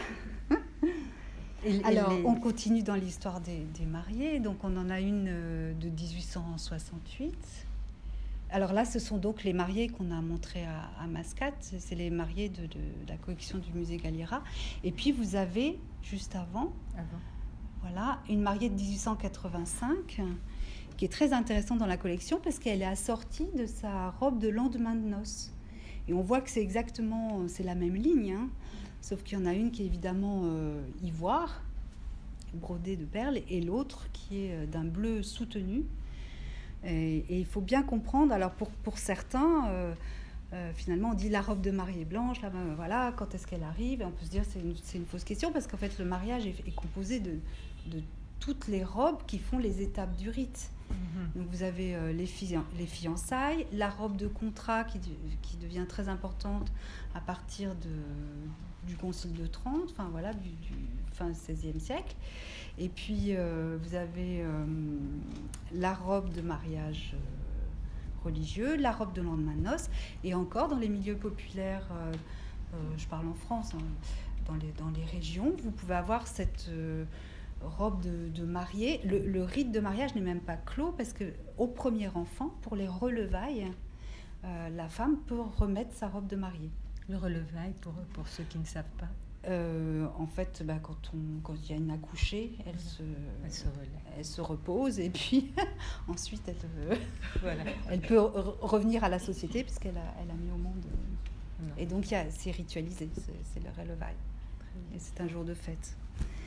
et, Alors, et les... on continue dans l'histoire des, des mariés. Donc, on en a une de dix-huit cent soixante-huit. Alors là, ce sont donc les mariés qu'on a montrés à, à Mascate. C'est les mariés de, de, de la collection du musée Galliera. Et puis, vous avez, juste avant, avant. Voilà, une mariée de dix-huit cent quatre-vingt-cinq... qui est très intéressante dans la collection parce qu'elle est assortie de sa robe de lendemain de noces. Et on voit que c'est exactement, c'est la même ligne, hein, sauf qu'il y en a une qui est évidemment euh, ivoire, brodée de perles, et l'autre qui est d'un bleu soutenu. Et, et il faut bien comprendre, alors pour, pour certains, euh, euh, finalement on dit la robe de mariée blanche, là, ben, voilà, quand est-ce qu'elle arrive? Et on peut se dire c'est une, c'est une fausse question parce qu'en fait le mariage est, est composé de, de toutes les robes qui font les étapes du rite. Mmh. Donc vous avez euh, les, fian- les fiançailles, la robe de contrat qui, qui devient très importante à partir de, du Concile de Trente, enfin voilà, du, du fin seizième siècle. Et puis euh, vous avez euh, la robe de mariage euh, religieux, la robe de lendemain de noces, et encore dans les milieux populaires, euh, euh, je parle en France, hein, dans, les, dans les régions, vous pouvez avoir cette... Euh, robe de, de mariée. Le, le rite de mariage n'est même pas clos parce qu'au premier enfant, pour les relevailles, euh, la femme peut remettre sa robe de mariée. Le relevail, pour, pour ceux qui ne savent pas. Euh, en fait, bah, quand on, quand il y a une accouchée, elle se, elle se, elle se repose et puis ensuite elle, euh, voilà. elle peut re- revenir à la société puisqu'elle a, elle a mis au monde. Non. Et donc, il y a, c'est ritualisé, c'est, c'est le relevail. Et c'est un jour de fête.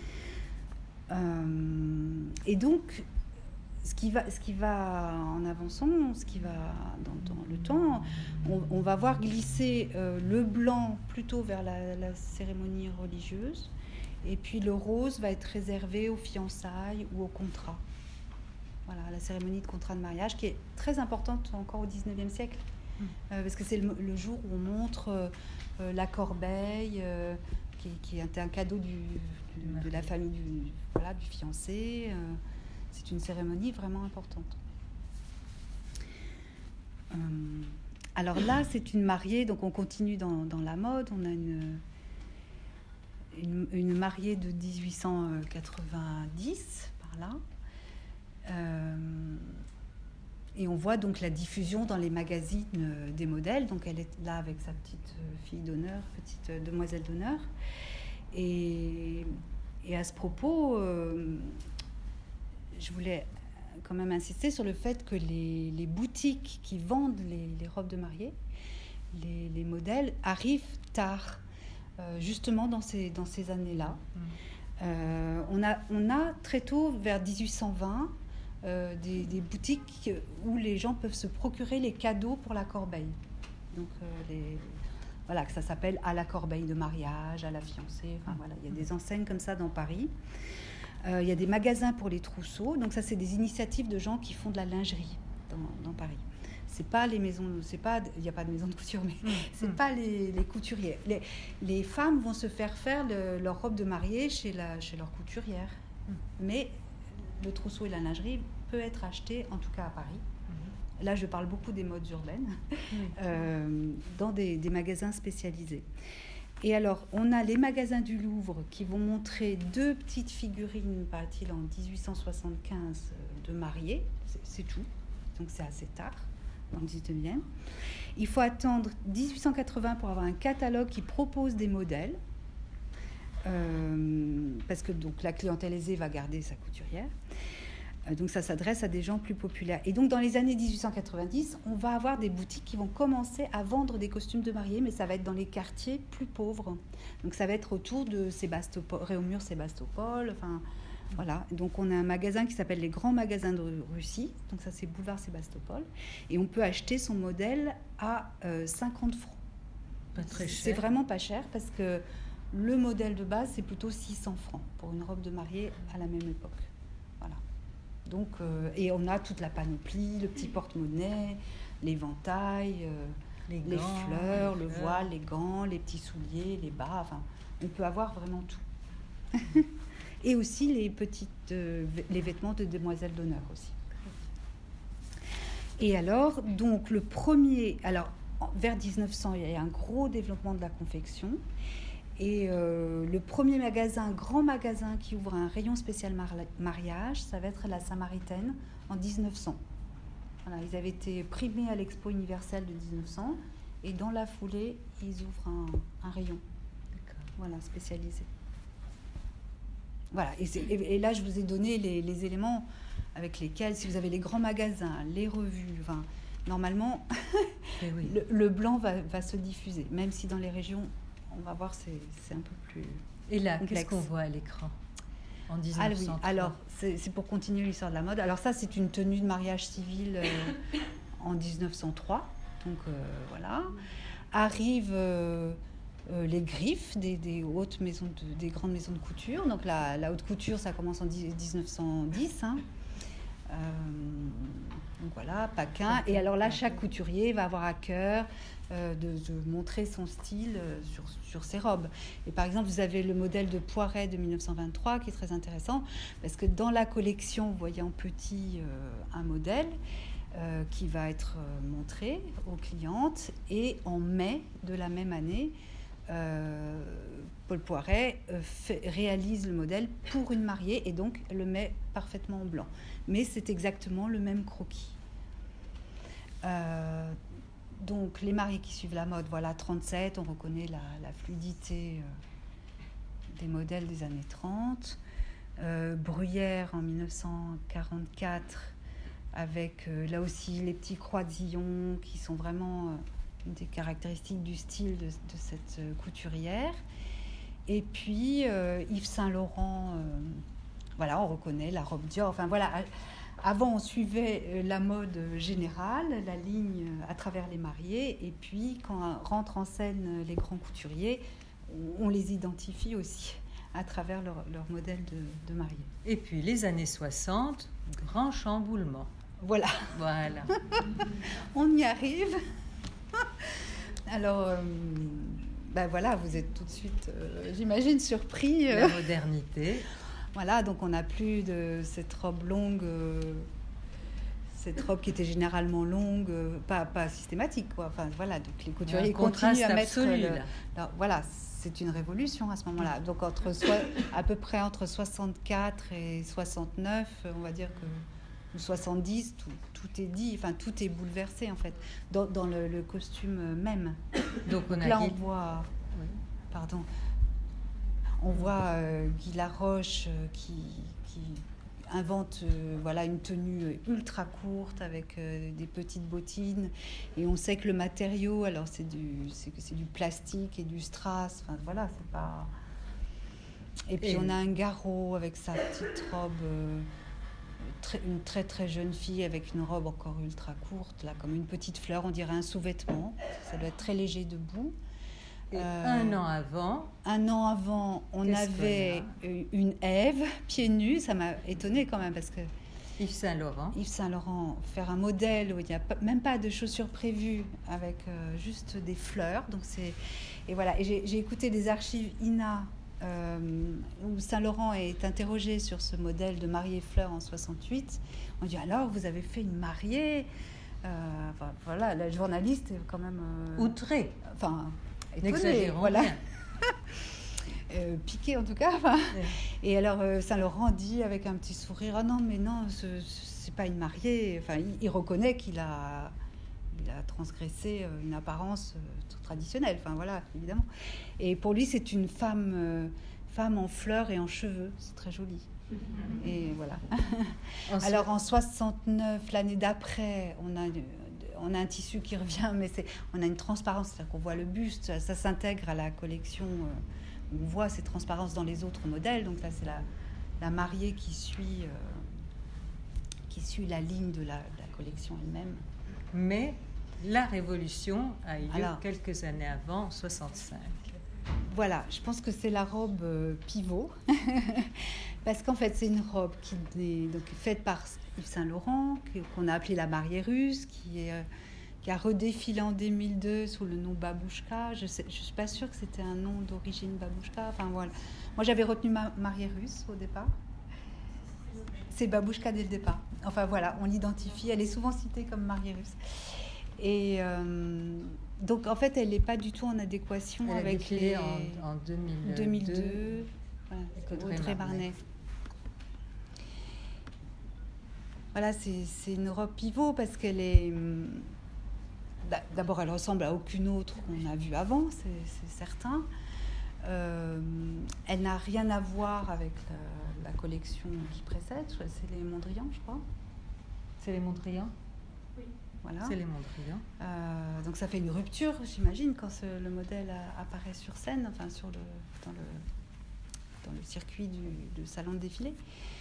Euh, et donc, ce qui va, ce qui va en avançant, ce qui va dans, dans le temps, on, on va voir glisser euh, le blanc plutôt vers la, la cérémonie religieuse, et puis le rose va être réservé aux fiançailles ou aux contrats. Voilà, la cérémonie de contrat de mariage, qui est très importante encore au dix-neuvième siècle, mmh. euh, parce que c'est le, le jour où on montre euh, euh, la corbeille, euh, qui, qui est un cadeau du, du, de la famille du, voilà, du fiancé. Euh, c'est une cérémonie vraiment importante. Euh, alors là, c'est une mariée, donc on continue dans, dans la mode. On a une, une, une mariée de dix-huit cent quatre-vingt-dix, par là. Euh, et on voit donc la diffusion dans les magazines euh, des modèles. Donc elle est là avec sa petite euh, fille d'honneur, petite euh, demoiselle d'honneur. Et, et à ce propos, euh, je voulais quand même insister sur le fait que les, les boutiques qui vendent les, les robes de mariée, les, les modèles, arrivent tard, euh, justement dans ces, dans ces années-là. Mmh. Euh, on, a, on a très tôt, vers dix-huit cent vingt, euh, des, des boutiques où les gens peuvent se procurer les cadeaux pour la corbeille. Donc, euh, les, voilà, que ça s'appelle à la corbeille de mariage, à la fiancée. Enfin, voilà, il y a des enseignes comme ça dans Paris. Euh, il y a des magasins pour les trousseaux. Donc, ça, c'est des initiatives de gens qui font de la lingerie dans, dans Paris. C'est pas les maisons, c'est pas, il n'y a pas de maison de couture, mais mmh. c'est mmh. pas les, les couturiers. Les, les femmes vont se faire faire le, leur robe de mariée chez, la, chez leur couturière. Mmh. Mais le trousseau et la lingerie peut être acheté, en tout cas à Paris. Mmh. Là, je parle beaucoup des modes urbaines, mmh. euh, dans des, des magasins spécialisés. Et alors, on a les magasins du Louvre qui vont montrer deux petites figurines, paraît-il, en dix-huit cent soixante-quinze de mariées. C'est, c'est tout. Donc, c'est assez tard. Dans le dix-neuvième. Il faut attendre dix-huit cent quatre-vingts pour avoir un catalogue qui propose des modèles, euh, parce que donc, la clientèle aisée va garder sa couturière. Euh, donc ça s'adresse à des gens plus populaires. Et donc dans les années dix-huit cent quatre-vingt-dix, on va avoir des boutiques qui vont commencer à vendre des costumes de mariée, mais ça va être dans les quartiers plus pauvres. Donc ça va être autour de Sébastopol, Réaumur, Sébastopol, enfin... Voilà, donc on a un magasin qui s'appelle les Grands Magasins de Russie, donc ça c'est boulevard Sébastopol, et on peut acheter son modèle à euh, cinquante francs. Pas très cher. C'est vraiment pas cher parce que le modèle de base c'est plutôt six cents francs pour une robe de mariée à la même époque. Voilà. Donc, euh, et on a toute la panoplie, le petit porte-monnaie, l'éventail, euh, les, les fleurs, les le fleurs. voile, les gants, les petits souliers, les bas, enfin on peut avoir vraiment tout. Et aussi les petites, euh, les vêtements de demoiselles d'honneur aussi. Et alors, donc le premier, alors vers dix-neuf cents, il y a un gros développement de la confection. Et euh, le premier magasin, grand magasin qui ouvre un rayon spécial mar- mariage, ça va être la Samaritaine en dix-neuf cents. Voilà, ils avaient été primés à l'Expo universelle de dix-neuf cents et dans la foulée, ils ouvrent un, un rayon, voilà, spécialisé. Voilà, et, c'est, et, et là je vous ai donné les, les éléments avec lesquels, si vous avez les grands magasins, les revues, enfin, normalement, oui. le, le blanc va, va se diffuser, même si dans les régions, on va voir, c'est, c'est un peu plus Et là, complexe. Qu'est-ce qu'on voit à l'écran en dix-neuf cent trois? Ah, oui. Alors, c'est, c'est pour continuer l'histoire de la mode. Alors ça, c'est une tenue de mariage civil euh, en dix-neuf cent trois, donc euh, voilà. Arrive... Euh, Euh, les griffes des, des hautes maisons, de, des grandes maisons de couture. Donc la, la haute couture, ça commence en dix-neuf cent dix. Hein. Euh, donc voilà, Paquin. Et alors là, chaque couturier va avoir à cœur euh, de, de montrer son style euh, sur, sur ses robes. Et par exemple, vous avez le modèle de Poiret de dix-neuf cent vingt-trois qui est très intéressant parce que dans la collection, vous voyez en petit euh, un modèle euh, qui va être euh, montré aux clientes. Et en mai de la même année, euh, Paul Poiret euh, fait, réalise le modèle pour une mariée et donc le met parfaitement en blanc. Mais c'est exactement le même croquis. Euh, donc les mariés qui suivent la mode, voilà, trente-sept, on reconnaît la, la fluidité euh, des modèles des années trente. Euh, Bruyère en mille neuf cent quarante-quatre, avec euh, là aussi les petits croisillons qui sont vraiment euh, une des caractéristiques du style de, de cette euh, couturière. Et puis euh, Yves Saint Laurent, euh, voilà, on reconnaît la robe Dior. Enfin voilà, avant on suivait la mode générale, la ligne à travers les mariés, et puis quand rentrent en scène les grands couturiers, on, on les identifie aussi à travers leur, leur modèle de, de mariée. Et puis les années soixante, grand chamboulement. Voilà. Voilà. On y arrive. Alors, euh, ben voilà, vous êtes tout de suite, euh, j'imagine, surpris. La modernité. Voilà, donc on n'a plus de cette robe longue, euh, cette robe qui était généralement longue, euh, pas, pas systématique, quoi. Enfin, voilà, donc les couturiers continuent à mettre... Absolu, le, alors, voilà, c'est une révolution à ce moment-là. Donc, entre so, à peu près entre soixante-quatre et soixante-neuf, on va dire que... ou soixante-dix, tout, tout est dit, enfin tout est bouleversé en fait, dans, dans le, le costume même. Donc, on Donc a là dit... on voit, oui. pardon, on voit euh, Guy Laroche euh, qui, qui invente euh, voilà, une tenue ultra courte avec euh, des petites bottines, et on sait que le matériau, alors c'est du, c'est, c'est du plastique et du strass, enfin voilà, c'est pas... Et puis et on a un Garot avec sa petite robe... Euh, Très, une très très jeune fille avec une robe encore ultra courte, là, comme une petite fleur, on dirait un sous-vêtement. Ça doit être très léger debout. Et euh, un an avant Un an avant, on avait une Ève, pieds nus. Ça m'a étonnée quand même, parce que... Yves Saint Laurent. Yves Saint Laurent, faire un modèle où il n'y a pas, même pas de chaussures prévues, avec euh, juste des fleurs. Donc c'est... Et voilà, et j'ai, j'ai écouté des archives I N A, Euh, où Saint Laurent est interrogé sur ce modèle de mariée fleur en soixante-huit. On dit alors vous avez fait une mariée, euh, enfin, voilà, la journaliste est quand même euh, outrée, enfin étonnée, voilà. euh, piquée en tout cas. Oui. Et alors euh, Saint Laurent dit avec un petit sourire ah non mais non ce, c'est pas une mariée. Enfin il, il reconnaît qu'il a il a transgressé une apparence traditionnelle, enfin voilà, évidemment. Et pour lui, c'est une femme, euh, femme en fleurs et en cheveux, c'est très joli. Et voilà. Ensuite... Alors en soixante-neuf, l'année d'après, on a, on a un tissu qui revient, mais c'est, on a une transparence, c'est-à-dire qu'on voit le buste, ça, ça s'intègre à la collection. Euh, on voit ces transparences dans les autres modèles. Donc là, c'est la, la mariée qui suit, euh, qui suit la ligne de la, de la collection elle-même. Mais la révolution a eu lieu Alors, quelques années avant, soixante-cinq. Voilà, je pense que c'est la robe euh, pivot, parce qu'en fait c'est une robe qui est donc faite par Yves Saint Laurent, qu'on a appelée la mariée russe, qui, est, euh, qui a redéfilé en deux mille deux sous le nom Babouchka. Je ne suis pas sûre que c'était un nom d'origine Babouchka. Enfin voilà, moi j'avais retenu ma mariée russe au départ. C'est Babouchka dès le départ. Enfin voilà, on l'identifie, elle est souvent citée comme mariée russe. Et euh, donc en fait, elle n'est pas du tout en adéquation elle avec les... en, en deux mille deux, voilà, Audrey Marnet. Voilà, c'est, c'est une robe pivot parce qu'elle est... D'abord, elle ressemble à aucune autre qu'on a vue avant, c'est, c'est certain. Euh, elle n'a rien à voir avec la, la collection qui précède, c'est les Mondrian, je crois. C'est les Mondrian ? Oui. Voilà. C'est les Mondrian. Euh, donc ça fait une rupture, j'imagine, quand ce, le modèle a, apparaît sur scène, enfin sur le, dans, le, dans le circuit du, du salon de défilé.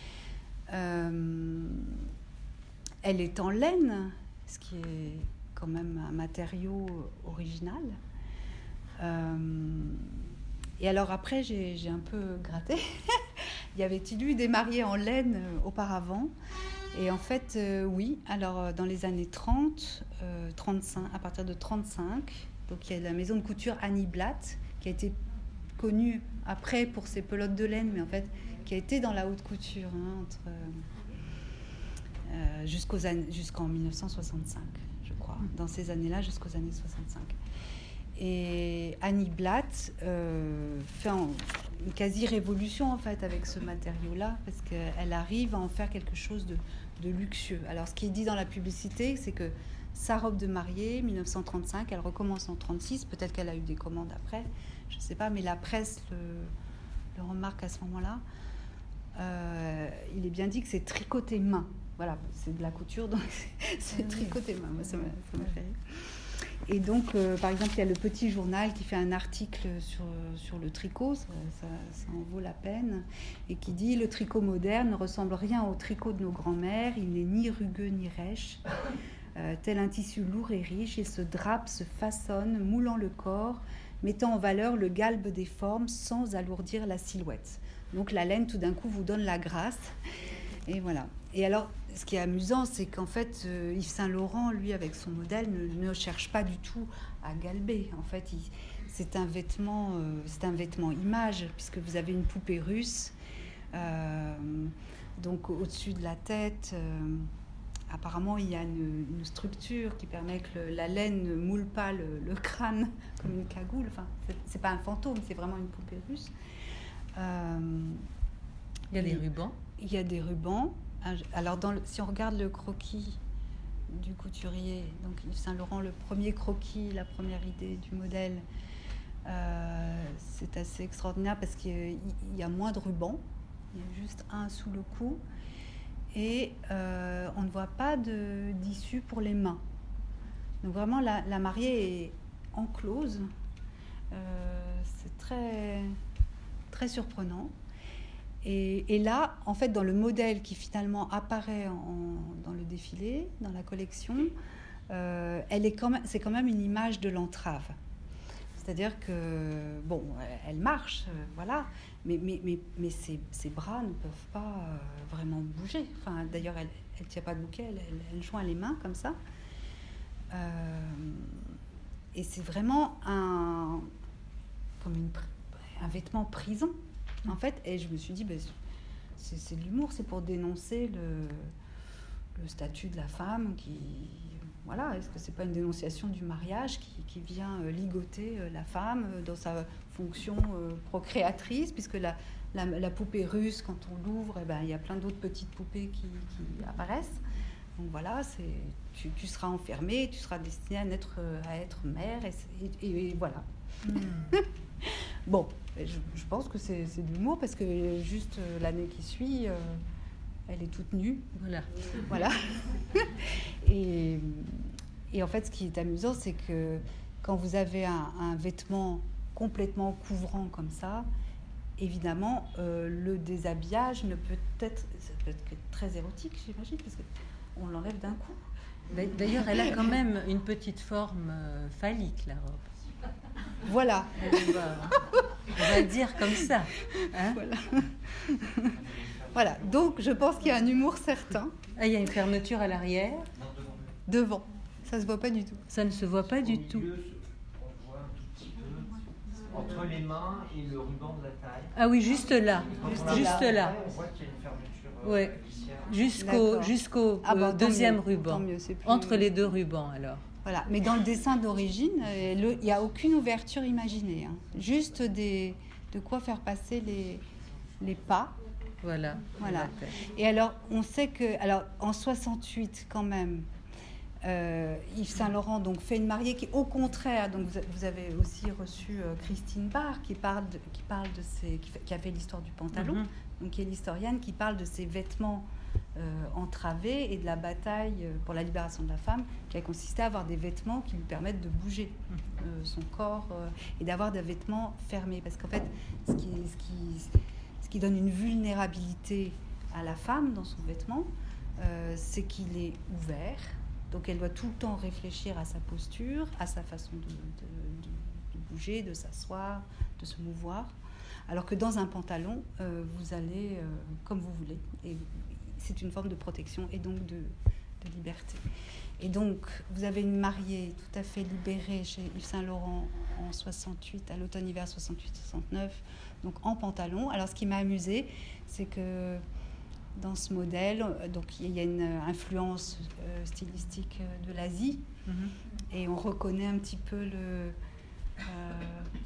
Euh, elle est en laine, ce qui est quand même un matériau original. Euh, et alors après, j'ai, j'ai un peu gratté. Y avait-il eu des mariés en laine auparavant ? Et en fait, euh, oui. Alors, dans les années trente, euh, trente-cinq, à partir de trente-cinq, donc il y a la maison de couture Annie Blatt, qui a été connue après pour ses pelotes de laine, mais en fait, qui a été dans la haute couture hein, entre, euh, jusqu'aux années, jusqu'en mille neuf cent soixante-cinq, je crois. Dans ces années-là, jusqu'aux années soixante-cinq. Et Annie Blatt euh, fait en, une quasi-révolution en fait avec ce matériau-là, parce qu'elle arrive à en faire quelque chose de, de luxueux. Alors ce qui est dit dans la publicité, c'est que sa robe de mariée, mille neuf cent trente-cinq, elle recommence en trente-six, peut-être qu'elle a eu des commandes après, je ne sais pas, mais la presse le, le remarque à ce moment-là. Euh, il est bien dit que c'est tricoté main. Voilà, c'est de la couture, donc c'est, c'est tricoté main. Moi, ça m'a, ça m'a fait rire. Et donc, euh, par exemple, il y a le Petit Journal qui fait un article sur, sur le tricot, ça, ça, ça en vaut la peine, et qui dit « Le tricot moderne ne ressemble rien au tricot de nos grands-mères, il n'est ni rugueux ni rêche. Euh, tel un tissu lourd et riche, il se drape, se façonne, moulant le corps, mettant en valeur le galbe des formes sans alourdir la silhouette. » Donc la laine, tout d'un coup, vous donne la grâce. Et voilà. Et alors, ce qui est amusant, c'est qu'en fait, euh, Yves Saint-Laurent, lui, avec son modèle, ne, ne cherche pas du tout à galber. En fait, il, c'est un vêtement, euh, c'est un vêtement image, puisque vous avez une poupée russe, euh, donc au-dessus de la tête. Euh, apparemment, il y a une, une structure qui permet que le, la laine ne moule pas le, le crâne comme une cagoule. Enfin, c'est, c'est pas un fantôme, c'est vraiment une poupée russe. Euh, il y a des rubans. Il y a des rubans. Alors, dans le, si on regarde le croquis du couturier, donc Yves Saint-Laurent, le premier croquis, la première idée du modèle, euh, c'est assez extraordinaire parce qu'il y a moins de rubans. Il y a juste un sous le cou. Et euh, on ne voit pas de, d'issue pour les mains. Donc, vraiment, la, la mariée est enclose. Euh, c'est très, très surprenant. Et, et là, en fait, dans le modèle qui finalement apparaît en, dans le défilé, dans la collection, euh, elle est quand même, c'est quand même une image de l'entrave. C'est-à-dire que, bon, elle marche, euh, voilà, mais, mais, mais, mais ses, ses bras ne peuvent pas euh, vraiment bouger. Enfin, d'ailleurs, elle ne tient pas de bouquet, elle, elle, elle joint les mains comme ça. Euh, et c'est vraiment un, comme une, un vêtement prison. En fait, et je me suis dit, ben, c'est, c'est de l'humour, c'est pour dénoncer le, le statut de la femme qui, voilà, est-ce que c'est pas une dénonciation du mariage qui, qui vient euh, ligoter euh, la femme euh, dans sa fonction euh, procréatrice, puisque la, la, la poupée russe, quand on l'ouvre, eh ben, il y a plein d'autres petites poupées qui, qui apparaissent. Donc voilà, c'est, tu, tu seras enfermée, tu seras destinée à être, à être mère, et, et, et voilà. Mmh. Bon, je, je pense que c'est, c'est de l'humour parce que juste euh, l'année qui suit, euh, elle est toute nue. Voilà. Voilà. et, et en fait, ce qui est amusant, c'est que quand vous avez un, un vêtement complètement couvrant comme ça, évidemment, euh, le déshabillage ne peut être, ça peut être très érotique, j'imagine, parce qu'on l'enlève d'un coup. D'ailleurs, elle a quand même une petite forme euh, phallique, la robe. Voilà. On va, on va dire comme ça. Hein, voilà. Voilà. Donc, je pense qu'il y a un humour certain. Ah, il y a une fermeture à l'arrière. Devant. Ça se voit pas du tout. Ça ne se voit pas du Au tout. milieu, on voit un tout petit peu entre les mains et le ruban de la taille. Ah oui, juste là. Juste, juste là. là. On voit qu'il y a une fermeture. Euh, ouais. Jusqu'au, jusqu'au ah bah, euh, deuxième mieux, ruban. Mieux, plus... Entre les deux rubans, alors. Voilà. Mais dans le dessin d'origine, il n'y a aucune ouverture imaginée. Hein. Juste des, de quoi faire passer les, les pas. Voilà. Voilà. Et alors, on sait que, alors, en soixante-huit, quand même, euh, Yves Saint-Laurent donc fait une mariée qui, au contraire, donc vous, vous avez aussi reçu euh, Christine Barr qui parle de, qui parle de ses, qui, fait, qui a fait l'histoire du pantalon, mm-hmm. donc qui est l'historienne qui parle de ses vêtements euh, entravés et de la bataille pour la libération de la femme, qui a consisté à avoir des vêtements qui lui permettent de bouger euh, son corps euh, et d'avoir des vêtements fermés, parce qu'en fait, ce qui, ce qui Ce qui donne une vulnérabilité à la femme dans son vêtement, euh, c'est qu'il est ouvert. Donc elle doit tout le temps réfléchir à sa posture, à sa façon de, de, de, de bouger, de s'asseoir, de se mouvoir. Alors que dans un pantalon, euh, vous allez euh, comme vous voulez. Et c'est une forme de protection et donc de, de liberté. Et donc, vous avez une mariée tout à fait libérée chez Yves Saint-Laurent en soixante-huit, à l'automne-hiver soixante-huit soixante-neuf, donc en pantalon. Alors, ce qui m'a amusée, c'est que dans ce modèle, donc il y a une influence euh, stylistique de l'Asie, mm-hmm. et on reconnaît un petit peu le, euh,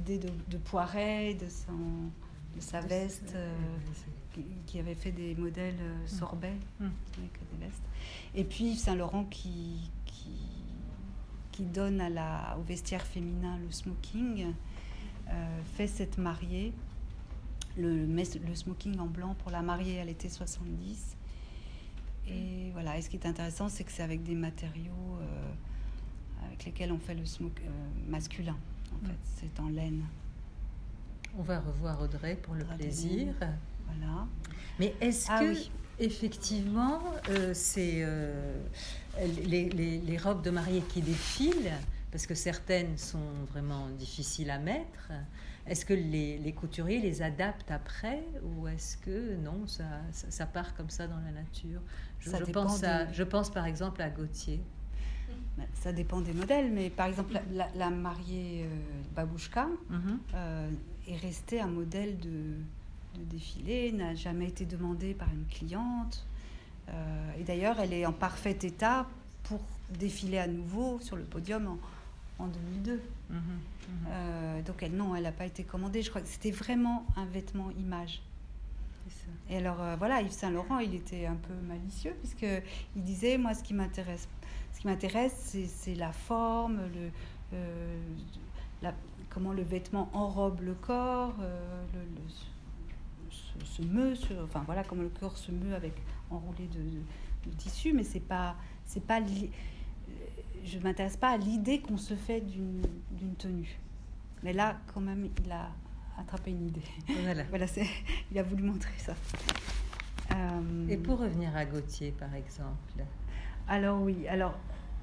l'idée de, de Poiret, de, son, de sa veste, euh, qui, qui avait fait des modèles euh, Sorbet, mm. avec des vestes. Et puis Yves Saint-Laurent qui, qui, qui donne à la, au vestiaire féminin le smoking, euh, fait cette mariée, le, le smoking en blanc pour la mariée à l'été soixante-dix. Et voilà, et ce qui est intéressant, c'est que c'est avec des matériaux euh, avec lesquels on fait le smoke euh, masculin. En fait, c'est en laine. On va revoir Audrey pour le plaisir. Voilà. Mais est-ce ah, que, oui. effectivement, euh, c'est euh, les, les, les robes de mariée qui défilent, parce que certaines sont vraiment difficiles à mettre, est-ce que les, les couturiers les adaptent après, ou est-ce que non, ça, ça, ça part comme ça dans la nature? Je, je, pense, à, des... je pense par exemple à Gautier. Ça dépend des modèles, mais par exemple, la, la, la mariée euh, Babouchka mm-hmm. euh, est restée un modèle de, de défilé, n'a jamais été demandée par une cliente. Euh, et d'ailleurs, elle est en parfait état pour défiler à nouveau sur le podium en, en deux mille deux. Mm-hmm. Mm-hmm. Euh, donc, elle, non, elle n'a pas été commandée. Je crois que c'était vraiment un vêtement image. C'est ça. Et alors, euh, voilà, Yves Saint-Laurent, il était un peu malicieux, puisqu'il disait, moi, ce qui m'intéresse Ce qui m'intéresse, c'est, c'est la forme, le, euh, la, comment le vêtement enrobe le corps, euh, le, le, se, se meut, sur, enfin voilà, comment le corps se meut avec enroulé de, de, de tissu, mais c'est pas, c'est pas, je m'intéresse pas à l'idée qu'on se fait d'une, d'une tenue. Mais là, quand même, il a attrapé une idée. Voilà. Voilà, c'est, il a voulu montrer ça. Euh, Et pour revenir à Gautier, par exemple. Alors oui, alors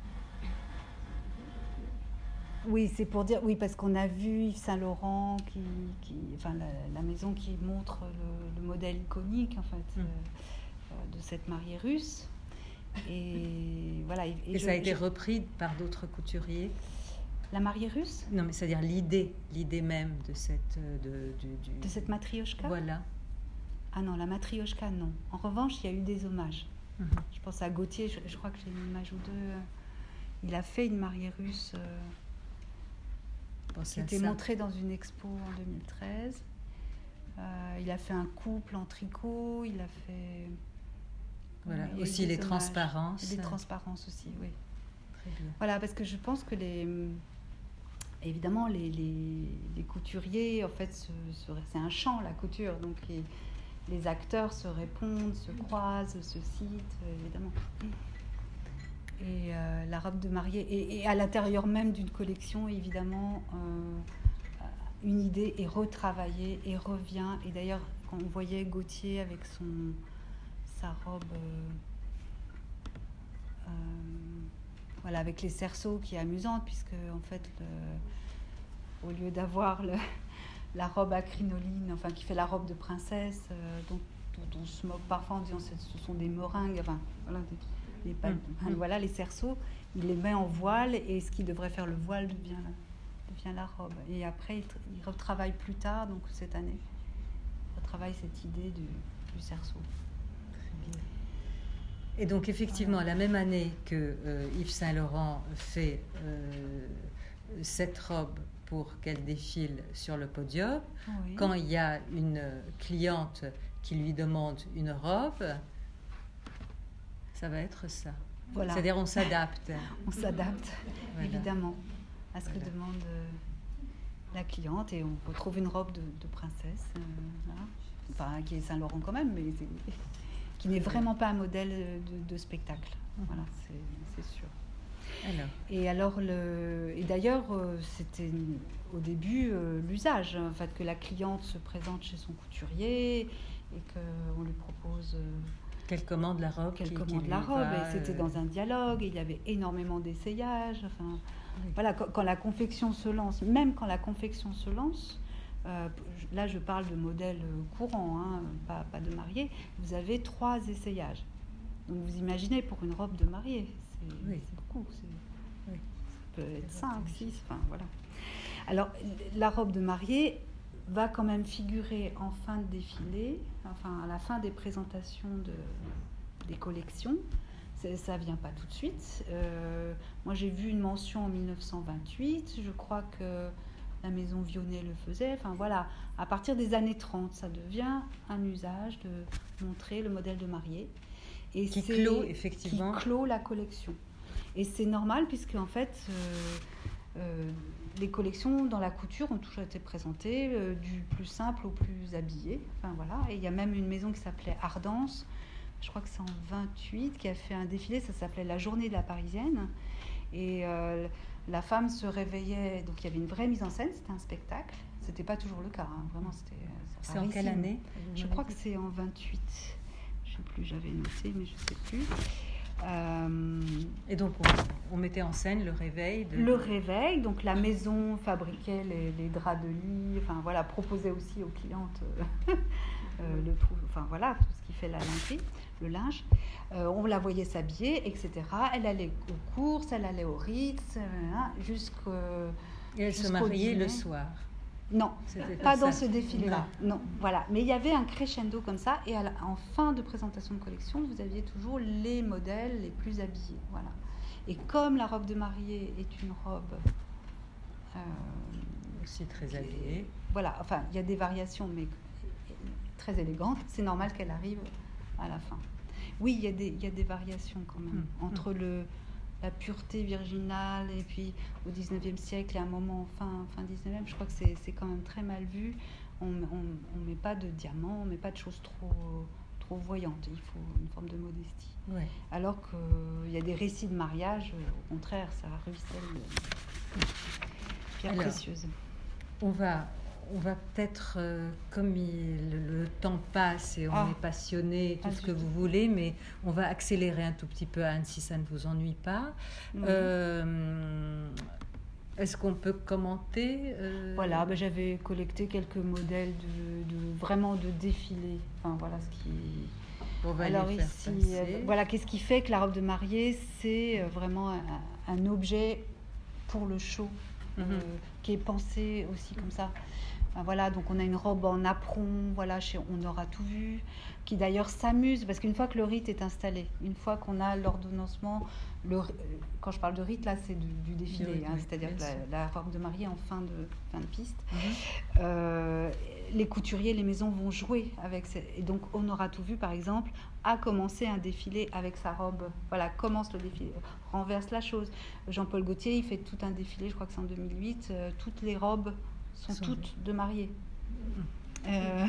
oui, c'est pour dire oui parce qu'on a vu Yves Saint-Laurent qui, qui enfin la, la maison qui montre le, le modèle iconique en fait mmh. euh, de cette mariée russe et voilà. Et, et, et je, ça a été je... repris par d'autres couturiers. La mariée russe ? Non, mais c'est-à-dire l'idée, l'idée même de cette de du, du... de cette matrioshka. Voilà. Ah non, la matrioshka non. En revanche, il y a eu des hommages. Mmh. Je pense à Gautier, je, je crois que j'ai une image ou deux. Il a fait une mariée russe euh, qui était montrée dans une expo en deux mille treize. Euh, il a fait un couple en tricot, il a fait... Voilà, euh, aussi les hommages. transparences. Les transparences aussi, oui. Très bien. Voilà, parce que je pense que les... Évidemment, les, les, les couturiers, en fait, se, se, c'est un champ, la couture, donc... Les, Les acteurs se répondent, se croisent, se citent, évidemment. Et euh, la robe de mariée, et, et à l'intérieur même d'une collection, évidemment, euh, une idée est retravaillée et revient. Et d'ailleurs, quand on voyait Gautier avec son, sa robe, euh, euh, voilà, avec les cerceaux, qui est amusante, puisque en fait, le, au lieu d'avoir le la robe à crinoline, enfin qui fait la robe de princesse, euh, dont, dont on se moque parfois en disant que ce sont des meringues, enfin voilà, des, des pal- mmh. voilà les cerceaux, il les met en voile et ce qui devrait faire le voile devient la, devient la robe. Et après il, il retravaille plus tard, donc cette année, il retravaille cette idée du, du cerceau. Très bien. Et donc effectivement, voilà. La même année que euh, Yves Saint-Laurent fait euh, cette robe pour qu'elle défile sur le podium, oui. Quand il y a une cliente qui lui demande une robe, ça va être ça. Voilà. C'est-à-dire on s'adapte. On s'adapte, voilà. Évidemment, à ce voilà. que demande la cliente, et on retrouve une robe de, de princesse, euh, voilà. Enfin qui est Saint-Laurent quand même, mais c'est, qui n'est vraiment pas un modèle de, de spectacle. Mm-hmm. Voilà, c'est, c'est sûr. Alors. Et alors, le, et d'ailleurs, euh, c'était au début euh, l'usage, en fait, que la cliente se présente chez son couturier et qu'on lui propose euh, qu'elle commande la robe, qu'elle qui, commande qui la robe. va, et c'était euh... dans un dialogue. Et il y avait énormément d'essayages. Enfin, oui. Voilà, quand, quand la confection se lance, même quand la confection se lance. Euh, là, je parle de modèles courants, hein, pas, pas de mariée. Vous avez trois essayages. Donc, vous imaginez pour une robe de mariée. C'est, oui. c'est beaucoup. C'est, oui. Ça peut être cinq, six, enfin voilà. Alors, la robe de mariée va quand même figurer en fin de défilé, enfin à la fin des présentations de, des collections. C'est, ça ne vient pas tout de suite. Euh, moi, j'ai vu une mention en dix-neuf cent vingt-huit. Je crois que la maison Vionnet le faisait. Enfin voilà, à partir des années trente, ça devient un usage de montrer le modèle de mariée. Et qui c'est, clôt effectivement. Qui clôt la collection. Et c'est normal puisque en fait, euh, euh, les collections dans la couture ont toujours été présentées euh, du plus simple au plus habillé. Enfin voilà, et il y a même une maison qui s'appelait Ardence. Je crois que c'est en vingt-huit qui a fait un défilé. Ça s'appelait la Journée de la Parisienne. Et euh, la femme se réveillait, donc il y avait une vraie mise en scène, c'était un spectacle. C'était pas toujours le cas, hein. Vraiment c'était. C'est en quelle année? Je crois que c'est en vingt-huit. Je sais plus, j'avais noté, mais je sais plus. Euh, Et donc on, on mettait en scène le réveil. De... Le réveil, donc la maison fabriquait les, les draps de lit, enfin voilà, proposait aussi aux clientes euh, euh, le trou, enfin voilà, tout ce qui fait la lingerie, le linge. Euh, on la voyait s'habiller, et cetera. Elle allait aux courses, elle allait au Ritz, euh, jusqu'au. Et elle se mariait le soir. Non, pas dans ce défilé-là. Non. non, voilà. Mais il y avait un crescendo comme ça, et à la, en fin de présentation de collection, vous aviez toujours les modèles les plus habillés, voilà. Et comme la robe de mariée est une robe euh, aussi très habillée, voilà. Enfin, il y a des variations, mais très élégantes. C'est normal qu'elle arrive à la fin. Oui, il y a des, il y a des variations quand même mmh. entre le la pureté virginale, et puis au dix-neuvième siècle, et à un moment fin, fin dix-neuvième, je crois que c'est, c'est quand même très mal vu. On ne met pas de diamants, on ne met pas de choses trop, trop voyantes. Il faut une forme de modestie. Ouais. Alors qu'il y a des récits de mariage, au contraire, ça ruisselle de pierres précieuses. On va... On va peut-être, euh, comme il, le, le temps passe et on ah. est passionné, tout ah, ce que vous voulez, mais on va accélérer un tout petit peu, Anne, si ça ne vous ennuie pas. Mmh. Euh, est-ce qu'on peut commenter euh... Voilà, ben, j'avais collecté quelques modèles de, de vraiment de défilés. Enfin voilà ce qui. On va Alors les faire ici, passer. Euh, voilà, qu'est-ce qui fait que la robe de mariée, c'est vraiment un, un objet pour le show, mmh. euh, qui est pensé aussi comme ça. Voilà, donc on a une robe en apron, voilà, chez On aura tout vu, qui d'ailleurs s'amuse, parce qu'une fois que le rite est installé, une fois qu'on a l'ordonnancement, le, quand je parle de rite, là, c'est du, du défilé, oui, hein, oui, c'est-à-dire que la, la robe de mariée en fin de, fin de piste. Mm-hmm. Euh, les couturiers, les maisons vont jouer avec, et donc On aura tout vu, par exemple, a commencé un défilé avec sa robe, voilà, commence le défilé, renverse la chose. Jean-Paul Gaultier, il fait tout un défilé, je crois que c'est en deux mille huit, euh, toutes les robes sont Sans toutes de mariées. Mmh. Euh,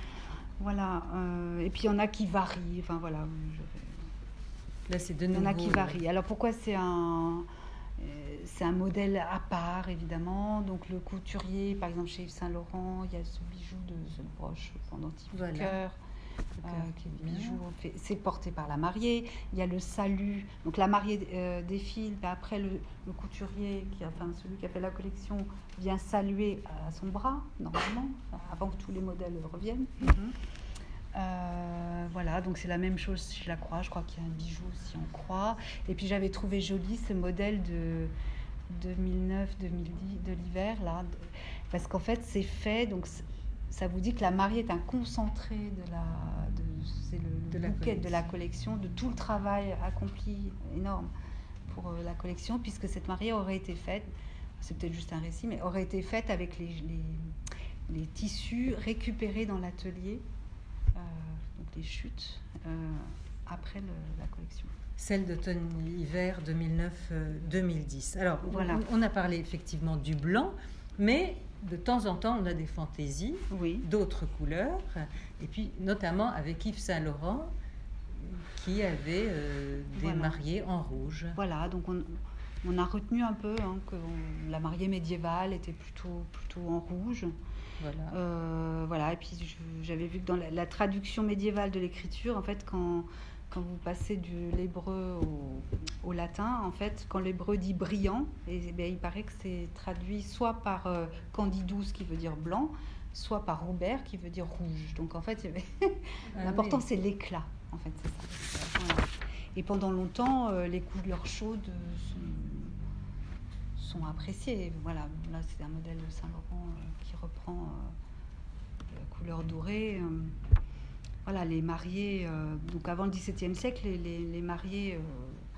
voilà. Euh, et puis il y en a qui varient. Enfin voilà. Je... Là, c'est de nouveau. Il y en a qui euh... varient. Alors pourquoi c'est un, euh, c'est un modèle à part évidemment. Donc le couturier, par exemple chez Yves Saint Laurent, il y a ce bijou de cette broche pendentif voilà. cœur. Euh, qui est bijou, fait, c'est porté par la mariée. Il y a le salut, donc la mariée euh, défile, mais après le, le couturier, qui a, enfin celui qui a fait la collection, vient saluer à son bras normalement, avant que tous les modèles reviennent. Mm-hmm. Euh, voilà, donc c'est la même chose chez la croix. Je crois qu'il y a un bijou aussi en croix. Et puis j'avais trouvé joli ce modèle de deux mille neuf deux mille dix de l'hiver là, de, parce qu'en fait c'est fait donc. C'est, ça vous dit que la mariée est un concentré de la, de, c'est le, le de bouquet la de la collection, de tout le travail accompli énorme pour euh, la collection, puisque cette mariée aurait été faite, c'est peut-être juste un récit, mais aurait été faite avec les, les, les tissus récupérés dans l'atelier, euh, donc les chutes, euh, après le, la collection. Celle d'automne-hiver deux mille neuf deux mille dix. Alors, voilà. on, on a parlé effectivement du blanc, mais de temps en temps, on a des fantaisies, oui. d'autres couleurs, et puis notamment avec Yves Saint Laurent, qui avait euh, des voilà. mariées en rouge. Voilà, donc on, on a retenu un peu hein, que on, la mariée médiévale était plutôt, plutôt en rouge. Voilà. Euh, voilà, et puis je, j'avais vu que dans la, la traduction médiévale de l'écriture, en fait, quand... Quand vous passez de l'hébreu au, au latin, en fait, quand l'hébreu dit brillant, et, et bien, il paraît que c'est traduit soit par euh, candidus, qui veut dire blanc, soit par Robert, qui veut dire rouge. Donc, en fait, il y avait ah, l'important, oui. c'est l'éclat, en fait, c'est ça. Voilà. Et pendant longtemps, euh, les couleurs chaudes sont, sont appréciées. Voilà, là, c'est un modèle de Saint-Laurent euh, qui reprend euh, la couleur dorée. Euh, Voilà, les mariés, euh, donc avant le dix-septième siècle, les, les, les mariés, euh,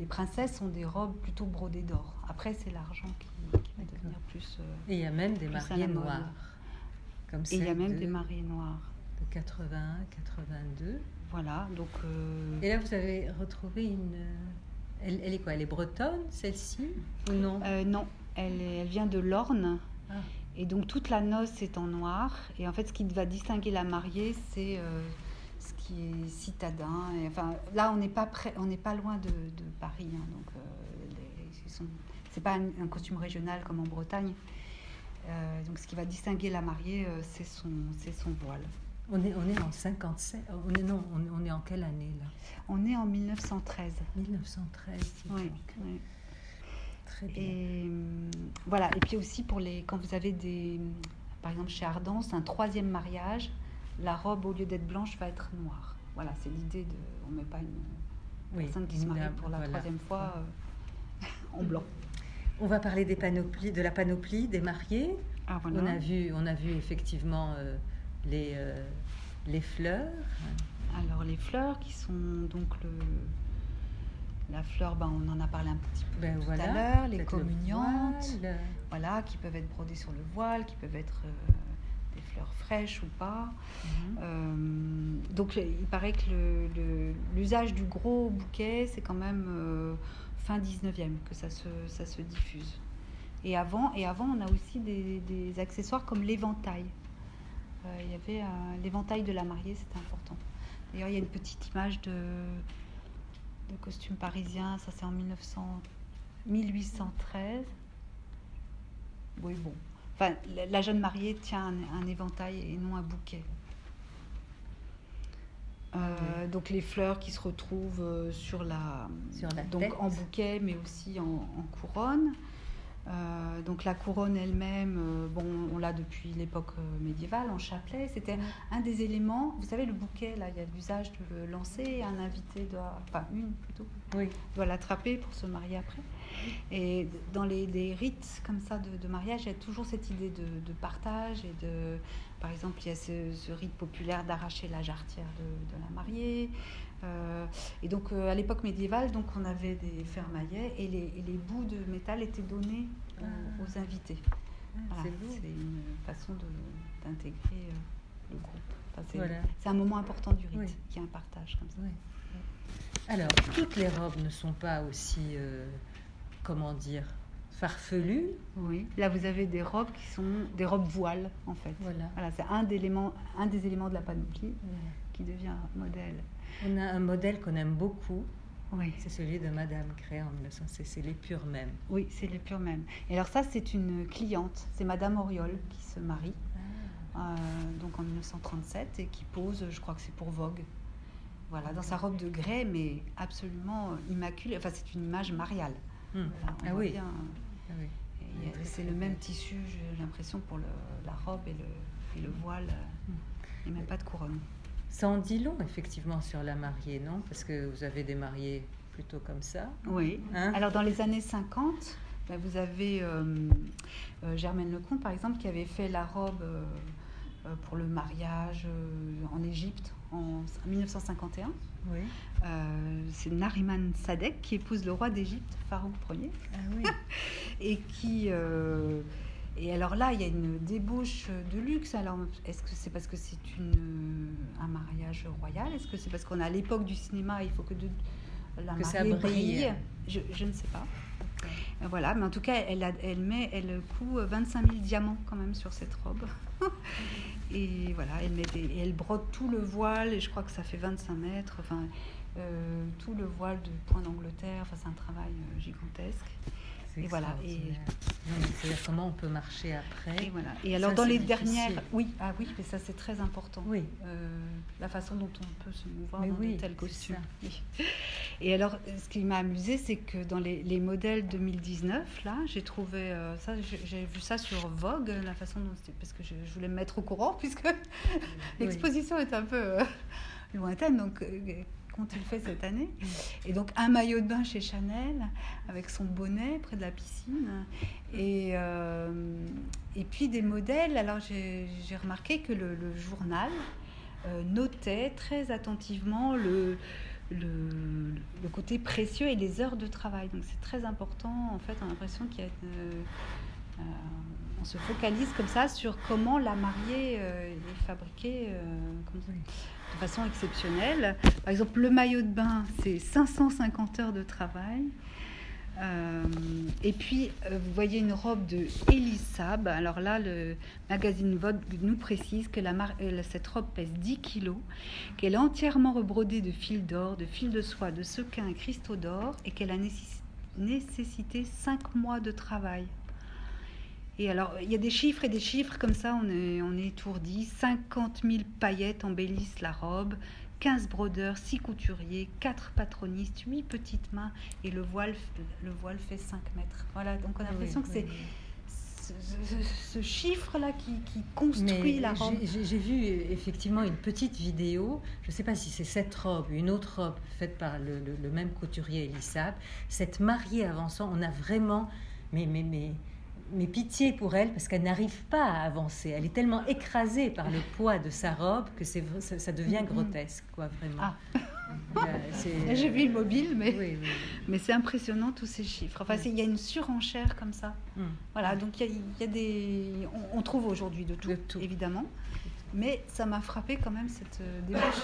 les princesses ont des robes plutôt brodées d'or. Après, c'est l'argent qui, qui va devenir plus. Euh, Et il y a même des mariées noires. Comme Et il y a même de, des mariées noires. De quatre-vingt-un, quatre-vingt-deux. Voilà, donc. Euh... Et là, vous avez retrouvé une. Elle, elle est quoi? Elle est bretonne, celle-ci, ou non? euh, Non, elle, est, elle vient de l'Orne. Ah. Et donc toute la noce est en noir. Et en fait, ce qui va distinguer la mariée, c'est euh, ce qui est citadin. Et, enfin, là, on n'est pas près, on n'est pas loin de, de Paris. Hein, donc, euh, les, ils sont, c'est pas un, un costume régional comme en Bretagne. Euh, donc, ce qui va distinguer la mariée, euh, c'est son, c'est son voile. On est, on est en cinquante-sept. On est non, on, on est en quelle année là? On est en mille neuf cent treize. mille neuf cent treize. Oui. oui. Très bien. Et voilà. Et puis aussi pour les, quand vous avez des, par exemple chez Ardence, un troisième mariage, la robe au lieu d'être blanche va être noire. Voilà, c'est l'idée de, on met pas une oui, personne qui se marie pour la voilà. troisième fois euh, en blanc. On va parler des panoplies, de la panoplie des mariés. Ah, voilà. On a vu, on a vu effectivement euh, les euh, les fleurs. Alors les fleurs qui sont donc le la fleur, ben, on en a parlé un petit peu ben, tout voilà, à l'heure, les communiantes, le voilà, qui peuvent être brodées sur le voile, qui peuvent être euh, des fleurs fraîches ou pas. Mm-hmm. Euh, donc il paraît que le, le, l'usage du gros bouquet, c'est quand même euh, fin dix-neuvième que ça se, ça se diffuse. Et avant, et avant, on a aussi des, des accessoires comme l'éventail. Euh, il y avait euh, l'éventail de la mariée, c'était important. D'ailleurs, il y a une petite image de... de costume parisien, ça c'est en mille huit cent treize. Oui, bon. Enfin, la jeune mariée tient un, un éventail et non un bouquet. Euh, oui. Donc les fleurs qui se retrouvent sur la, sur la donc tête. En bouquet, mais aussi en, en couronne. Euh, donc la couronne elle-même, euh, bon, on l'a depuis l'époque euh, médiévale en chapelet. C'était mmh. un des éléments. Vous savez, le bouquet, là, il y a l'usage de le lancer. Un invité doit, enfin une plutôt, oui. doit l'attraper pour se marier après. Et dans les, les rites comme ça de, de mariage, il y a toujours cette idée de, de partage et de, par exemple, il y a ce, ce rite populaire d'arracher la jarretière de, de la mariée. Euh, et donc euh, à l'époque médiévale, donc on avait des fermaillets et les, et les bouts de métal étaient donnés aux, ah. aux invités. Ah, voilà, c'est, c'est une façon de, d'intégrer euh, le groupe. Enfin, c'est, voilà. c'est un moment important du rite, oui. qu'il y a un partage comme ça. Oui. Alors, toutes les robes ne sont pas aussi, euh, comment dire, farfelues. Oui. Là, vous avez des robes qui sont des robes voiles, en fait. Voilà. Voilà, c'est un, d'éléments, un des éléments de la panoplie voilà. qui devient modèle. On a un modèle qu'on aime beaucoup. Oui. C'est celui de Madame créé en dix-neuf cents. C'est, c'est l'épure même. Oui, c'est l'épure même. Et alors ça, c'est une cliente. C'est Madame Auriol qui se marie, ah. euh, donc en dix-neuf cent trente-sept, et qui pose, je crois que c'est pour Vogue. Voilà, dans sa robe de grès, mais absolument immaculée. Enfin, c'est une image mariale. Hum. Voilà, on ah, voit oui. bien. ah oui. Et et c'est le même tissu, j'ai l'impression, pour le, la robe et le, et le voile. Hum. Et même pas de couronne. Ça en dit long, effectivement, sur la mariée, non? Parce que vous avez des mariés plutôt comme ça. Oui. Hein? Alors, dans les années cinquante, ben, vous avez euh, euh, Germaine Lecomte, par exemple, qui avait fait la robe euh, pour le mariage euh, en Égypte en dix-neuf cent cinquante et un. Oui. Euh, c'est Nariman Sadek qui épouse le roi d'Égypte, Farouk Ier. Ah oui. Et qui... Euh, Et alors là, il y a une débauche de luxe. Alors, est-ce que c'est parce que c'est une, un mariage royal? Est-ce que c'est parce qu'on est à l'époque du cinéma, il faut que de, la que mariée ça brille, brille je, je ne sais pas. Okay. Voilà, mais en tout cas, elle, a, elle met, elle coud vingt-cinq mille diamants quand même sur cette robe. Et voilà, elle, met des, et elle brode tout le voile, et je crois que ça fait vingt-cinq mètres. Enfin, euh, tout le voile de point d'Angleterre. Enfin, c'est un travail euh, gigantesque. C'est et voilà. Et non, c'est-à-dire comment on peut marcher après. Et voilà. Et alors ça, dans les difficile. dernières, oui, ah oui, mais ça c'est très important. Oui. Euh, la façon dont on peut se mouvoir mais dans oui, de tels costumes. Oui. Et alors, ce qui m'a amusé, c'est que dans les, les modèles deux mille dix-neuf, là, j'ai trouvé euh, ça, j'ai, j'ai vu ça sur Vogue, la façon dont c'était, parce que je, je voulais me mettre au courant, puisque oui. l'exposition est un peu euh, lointaine, donc. Euh, qu'ont-ils fait cette année? Et donc un maillot de bain chez Chanel avec son bonnet près de la piscine et, euh, et puis des modèles. Alors j'ai, j'ai remarqué que le, le journal euh, notait très attentivement le, le, le côté précieux et les heures de travail. Donc c'est très important. En fait, on a l'impression qu'il y a une, euh, on se focalise comme ça sur comment la mariée euh, est fabriquée euh, comme ça, de façon exceptionnelle. Par exemple, le maillot de bain, c'est cinq cent cinquante heures de travail. Euh, et puis, euh, vous voyez une robe de Elisab. Alors là, le magazine Vogue nous précise que la mar- euh, cette robe pèse dix kilos, qu'elle est entièrement rebrodée de fils d'or, de fils de soie, de sequins et cristaux d'or, et qu'elle a nécess- nécessité cinq mois de travail. Et alors, il y a des chiffres et des chiffres comme ça, on est, on est étourdi. cinquante mille paillettes embellissent la robe, quinze brodeurs, six couturiers, quatre patronistes, huit petites mains, et le voile, le voile fait cinq mètres. Voilà, donc on a l'impression oui, que oui, c'est oui. ce, ce, ce chiffre-là qui, qui construit Mais la robe. J'ai, j'ai vu effectivement une petite vidéo, je ne sais pas si c'est cette robe, une autre robe faite par le, le, le même couturier Elisab, cette mariée avançant, on a vraiment... Mais, mais, mais, mais pitié pour elle parce qu'elle n'arrive pas à avancer. Elle est tellement écrasée par le poids de sa robe que c'est, ça, ça devient grotesque, quoi, vraiment. Ah. Là, c'est... J'ai vu le mobile, mais, oui, oui. mais c'est impressionnant tous ces chiffres. Enfin, il y a une surenchère comme ça. Mm. Voilà, donc il y, y a des... On, on trouve aujourd'hui de tout, de tout, évidemment. Mais ça m'a frappé quand même cette débauche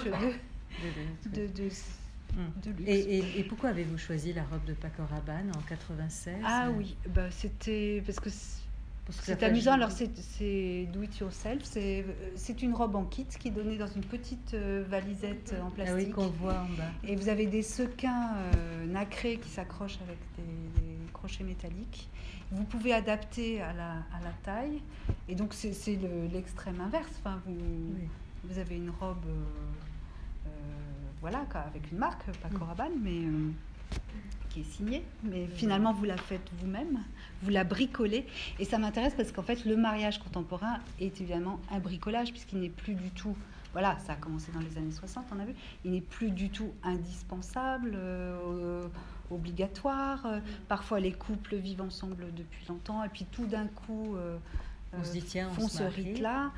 de, de, de, de, mm. de luxe. Et, et, et pourquoi avez-vous choisi la robe de Paco Rabanne en quatre-vingt-seize? Ah oui, bah, c'était... Parce que... Parce que c'est amusant, alors c'est, c'est do it yourself, c'est, c'est une robe en kit qui est donnée dans une petite euh, valisette en plastique. Ah oui, qu'on voit en bas. Et vous avez des sequins euh, nacrés qui s'accrochent avec des, des crochets métalliques. Vous pouvez adapter à la, à la taille. Et donc c'est, c'est le, l'extrême inverse. Enfin, vous, Oui. vous avez une robe, euh, euh, voilà, avec une marque, Paco Rabanne, mais... Euh, qui est signée, mais finalement vous la faites vous-même, vous la bricolez, et ça m'intéresse parce qu'en fait le mariage contemporain est évidemment un bricolage puisqu'il n'est plus du tout, voilà, ça a commencé dans les années soixante, on a vu, il n'est plus du tout indispensable, euh, obligatoire, euh, parfois les couples vivent ensemble depuis longtemps et puis tout d'un coup euh, on se dit tiens, font on se ce marie. rite-là.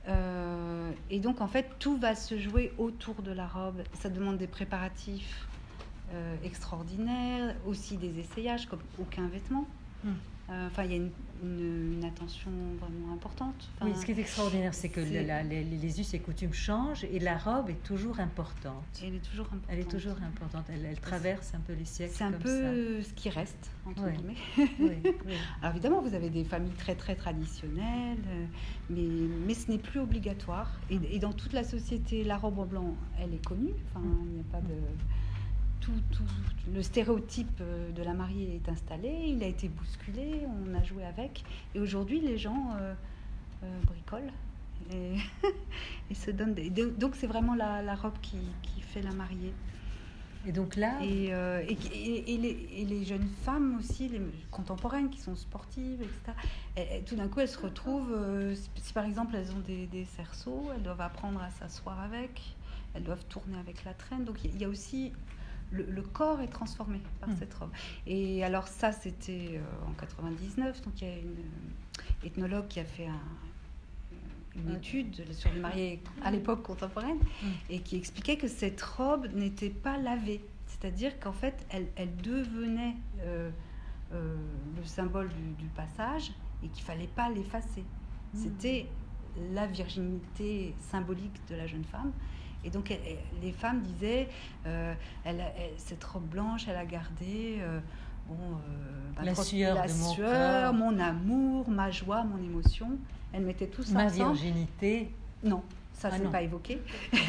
Euh, et donc en fait tout va se jouer autour de la robe, ça demande des préparatifs Euh, extraordinaire, aussi des essayages comme aucun vêtement. Mm. Euh, enfin, il y a une, une, une attention vraiment importante. Enfin, oui, ce qui est extraordinaire, c'est que c'est... La, les, les us et coutumes changent et la robe est toujours importante. Elle est toujours importante. Elle est toujours importante. Elle, elle traverse un peu les siècles. C'est un comme peu ça. Ce qui reste, entre oui. guillemets. Oui, oui. Alors évidemment, vous avez des familles très très traditionnelles, euh, mais, mais ce n'est plus obligatoire. Et, et dans toute la société, la robe en blanc, elle est connue. Enfin, il n'y a pas de... Tout, tout, le stéréotype de la mariée est installé, il a été bousculé, on a joué avec, et aujourd'hui les gens euh, euh, bricolent et, et se donnent des... Donc c'est vraiment la, la robe qui, qui fait la mariée. Et donc là... Et, euh, et, et, et, les, et les jeunes femmes aussi, les contemporaines qui sont sportives, et cetera, elles, elles, tout d'un coup elles se retrouvent, euh, si par exemple elles ont des, des cerceaux, elles doivent apprendre à s'asseoir avec, elles doivent tourner avec la traîne, donc il y, y a aussi... Le, le corps est transformé par mmh. cette robe. Et alors ça, c'était euh, en quatre-vingt-dix-neuf. Donc il y a une euh, ethnologue qui a fait un, une mmh. étude sur les mariés à l'époque contemporaine mmh. et qui expliquait que cette robe n'était pas lavée. C'est-à-dire qu'en fait, elle, elle devenait euh, euh, le symbole du, du passage et qu'il ne fallait pas l'effacer. Mmh. C'était la virginité symbolique de la jeune femme. Et donc, elle, elle, les femmes disaient, euh, elle, elle, cette robe blanche, elle a gardé euh, bon, euh, la trop, sueur, la de mon, sueur corps. mon amour, ma joie, mon émotion. Elle mettait tout ça ma ensemble. Ma virginité. Non, ça, ah c'est non. pas évoqué.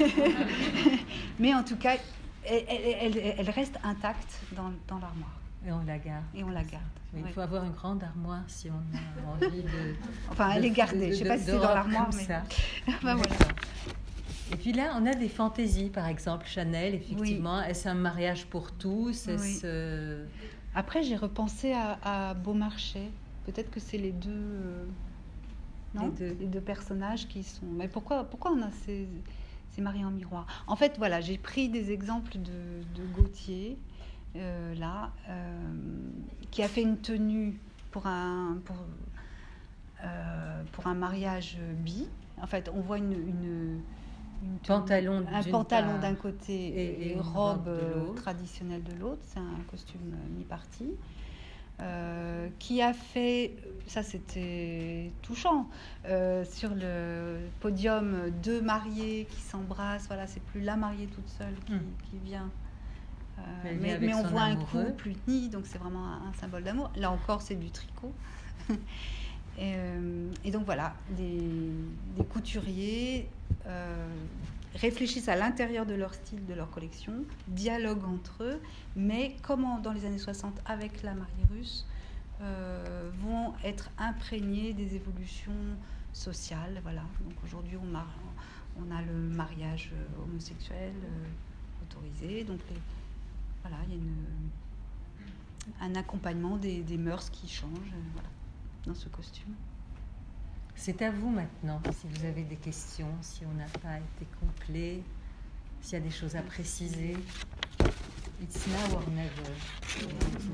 Mais en tout cas, elle, elle, elle, elle reste intacte dans, dans l'armoire. Et on la garde. Et on la garde. Oui, ouais. Il faut avoir une grande armoire si on a envie de... Enfin, elle de, est gardée. De, Je ne sais de, pas si c'est dans l'armoire, mais... Ça. Enfin, voilà. Et puis là, on a des fantaisies, par exemple, Chanel, effectivement. Oui. Est-ce un mariage pour tous? Est-ce... Oui. Après, j'ai repensé à, à Beaumarchais. Peut-être que c'est les deux, euh, non les, deux. les deux personnages qui sont... Mais pourquoi, pourquoi on a ces, ces mariés en miroir? En fait, voilà, j'ai pris des exemples de, de Gauthier, euh, là, euh, qui a fait une tenue pour un, pour, euh, pour un mariage bi. En fait, on voit une... une Une tenue, Pantalon un d'une pantalon part d'un côté et- et, et une robe robe de euh, l'autre. traditionnelle de l'autre. C'est un costume mi-parti. Euh, qui a fait, ça c'était touchant, euh, sur le podium, deux mariés qui s'embrassent. Voilà, c'est plus la mariée toute seule qui, Mm. qui vient. Euh, Elle vient mais, avec mais on son voit un amoureux. couple uni, donc c'est vraiment un, un symbole d'amour. Là encore, c'est du tricot. et, euh, et donc voilà, les, les couturiers euh, réfléchissent à l'intérieur de leur style, de leur collection, dialoguent entre eux, mais comme en- dans les années soixante avec la mariée russe, euh, vont être imprégnés des évolutions sociales. Voilà. Donc aujourd'hui, on, mar- on a le mariage euh, homosexuel euh, autorisé. Donc les, voilà, il y a une, un accompagnement des, des mœurs qui changent euh, voilà, dans ce costume. C'est à vous maintenant, si vous avez des questions, si on n'a pas été complet, s'il y a des choses à préciser. It's now or never.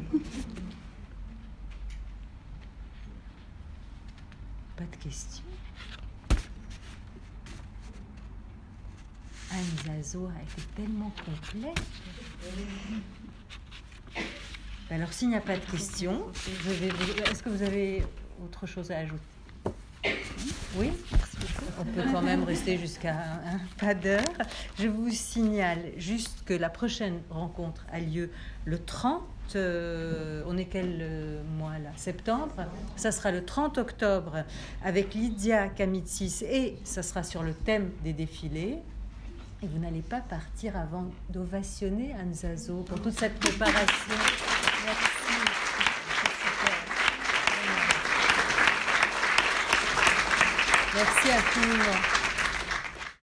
Pas de questions. Anne Zazo a été tellement complet. Alors, s'il n'y a pas de questions, je vais vous... Est-ce que vous avez autre chose à ajouter? Oui, on peut quand même rester jusqu'à un, un pas d'heure. Je vous signale juste que la prochaine rencontre a lieu le trente, euh, on est quel euh, mois là? Septembre. Ça sera le trente octobre avec Lydia Kamitsis et ça sera sur le thème des défilés. Et vous n'allez pas partir avant d'ovationner Anne Zazo pour toute cette préparation. Merci. Merci infiniment.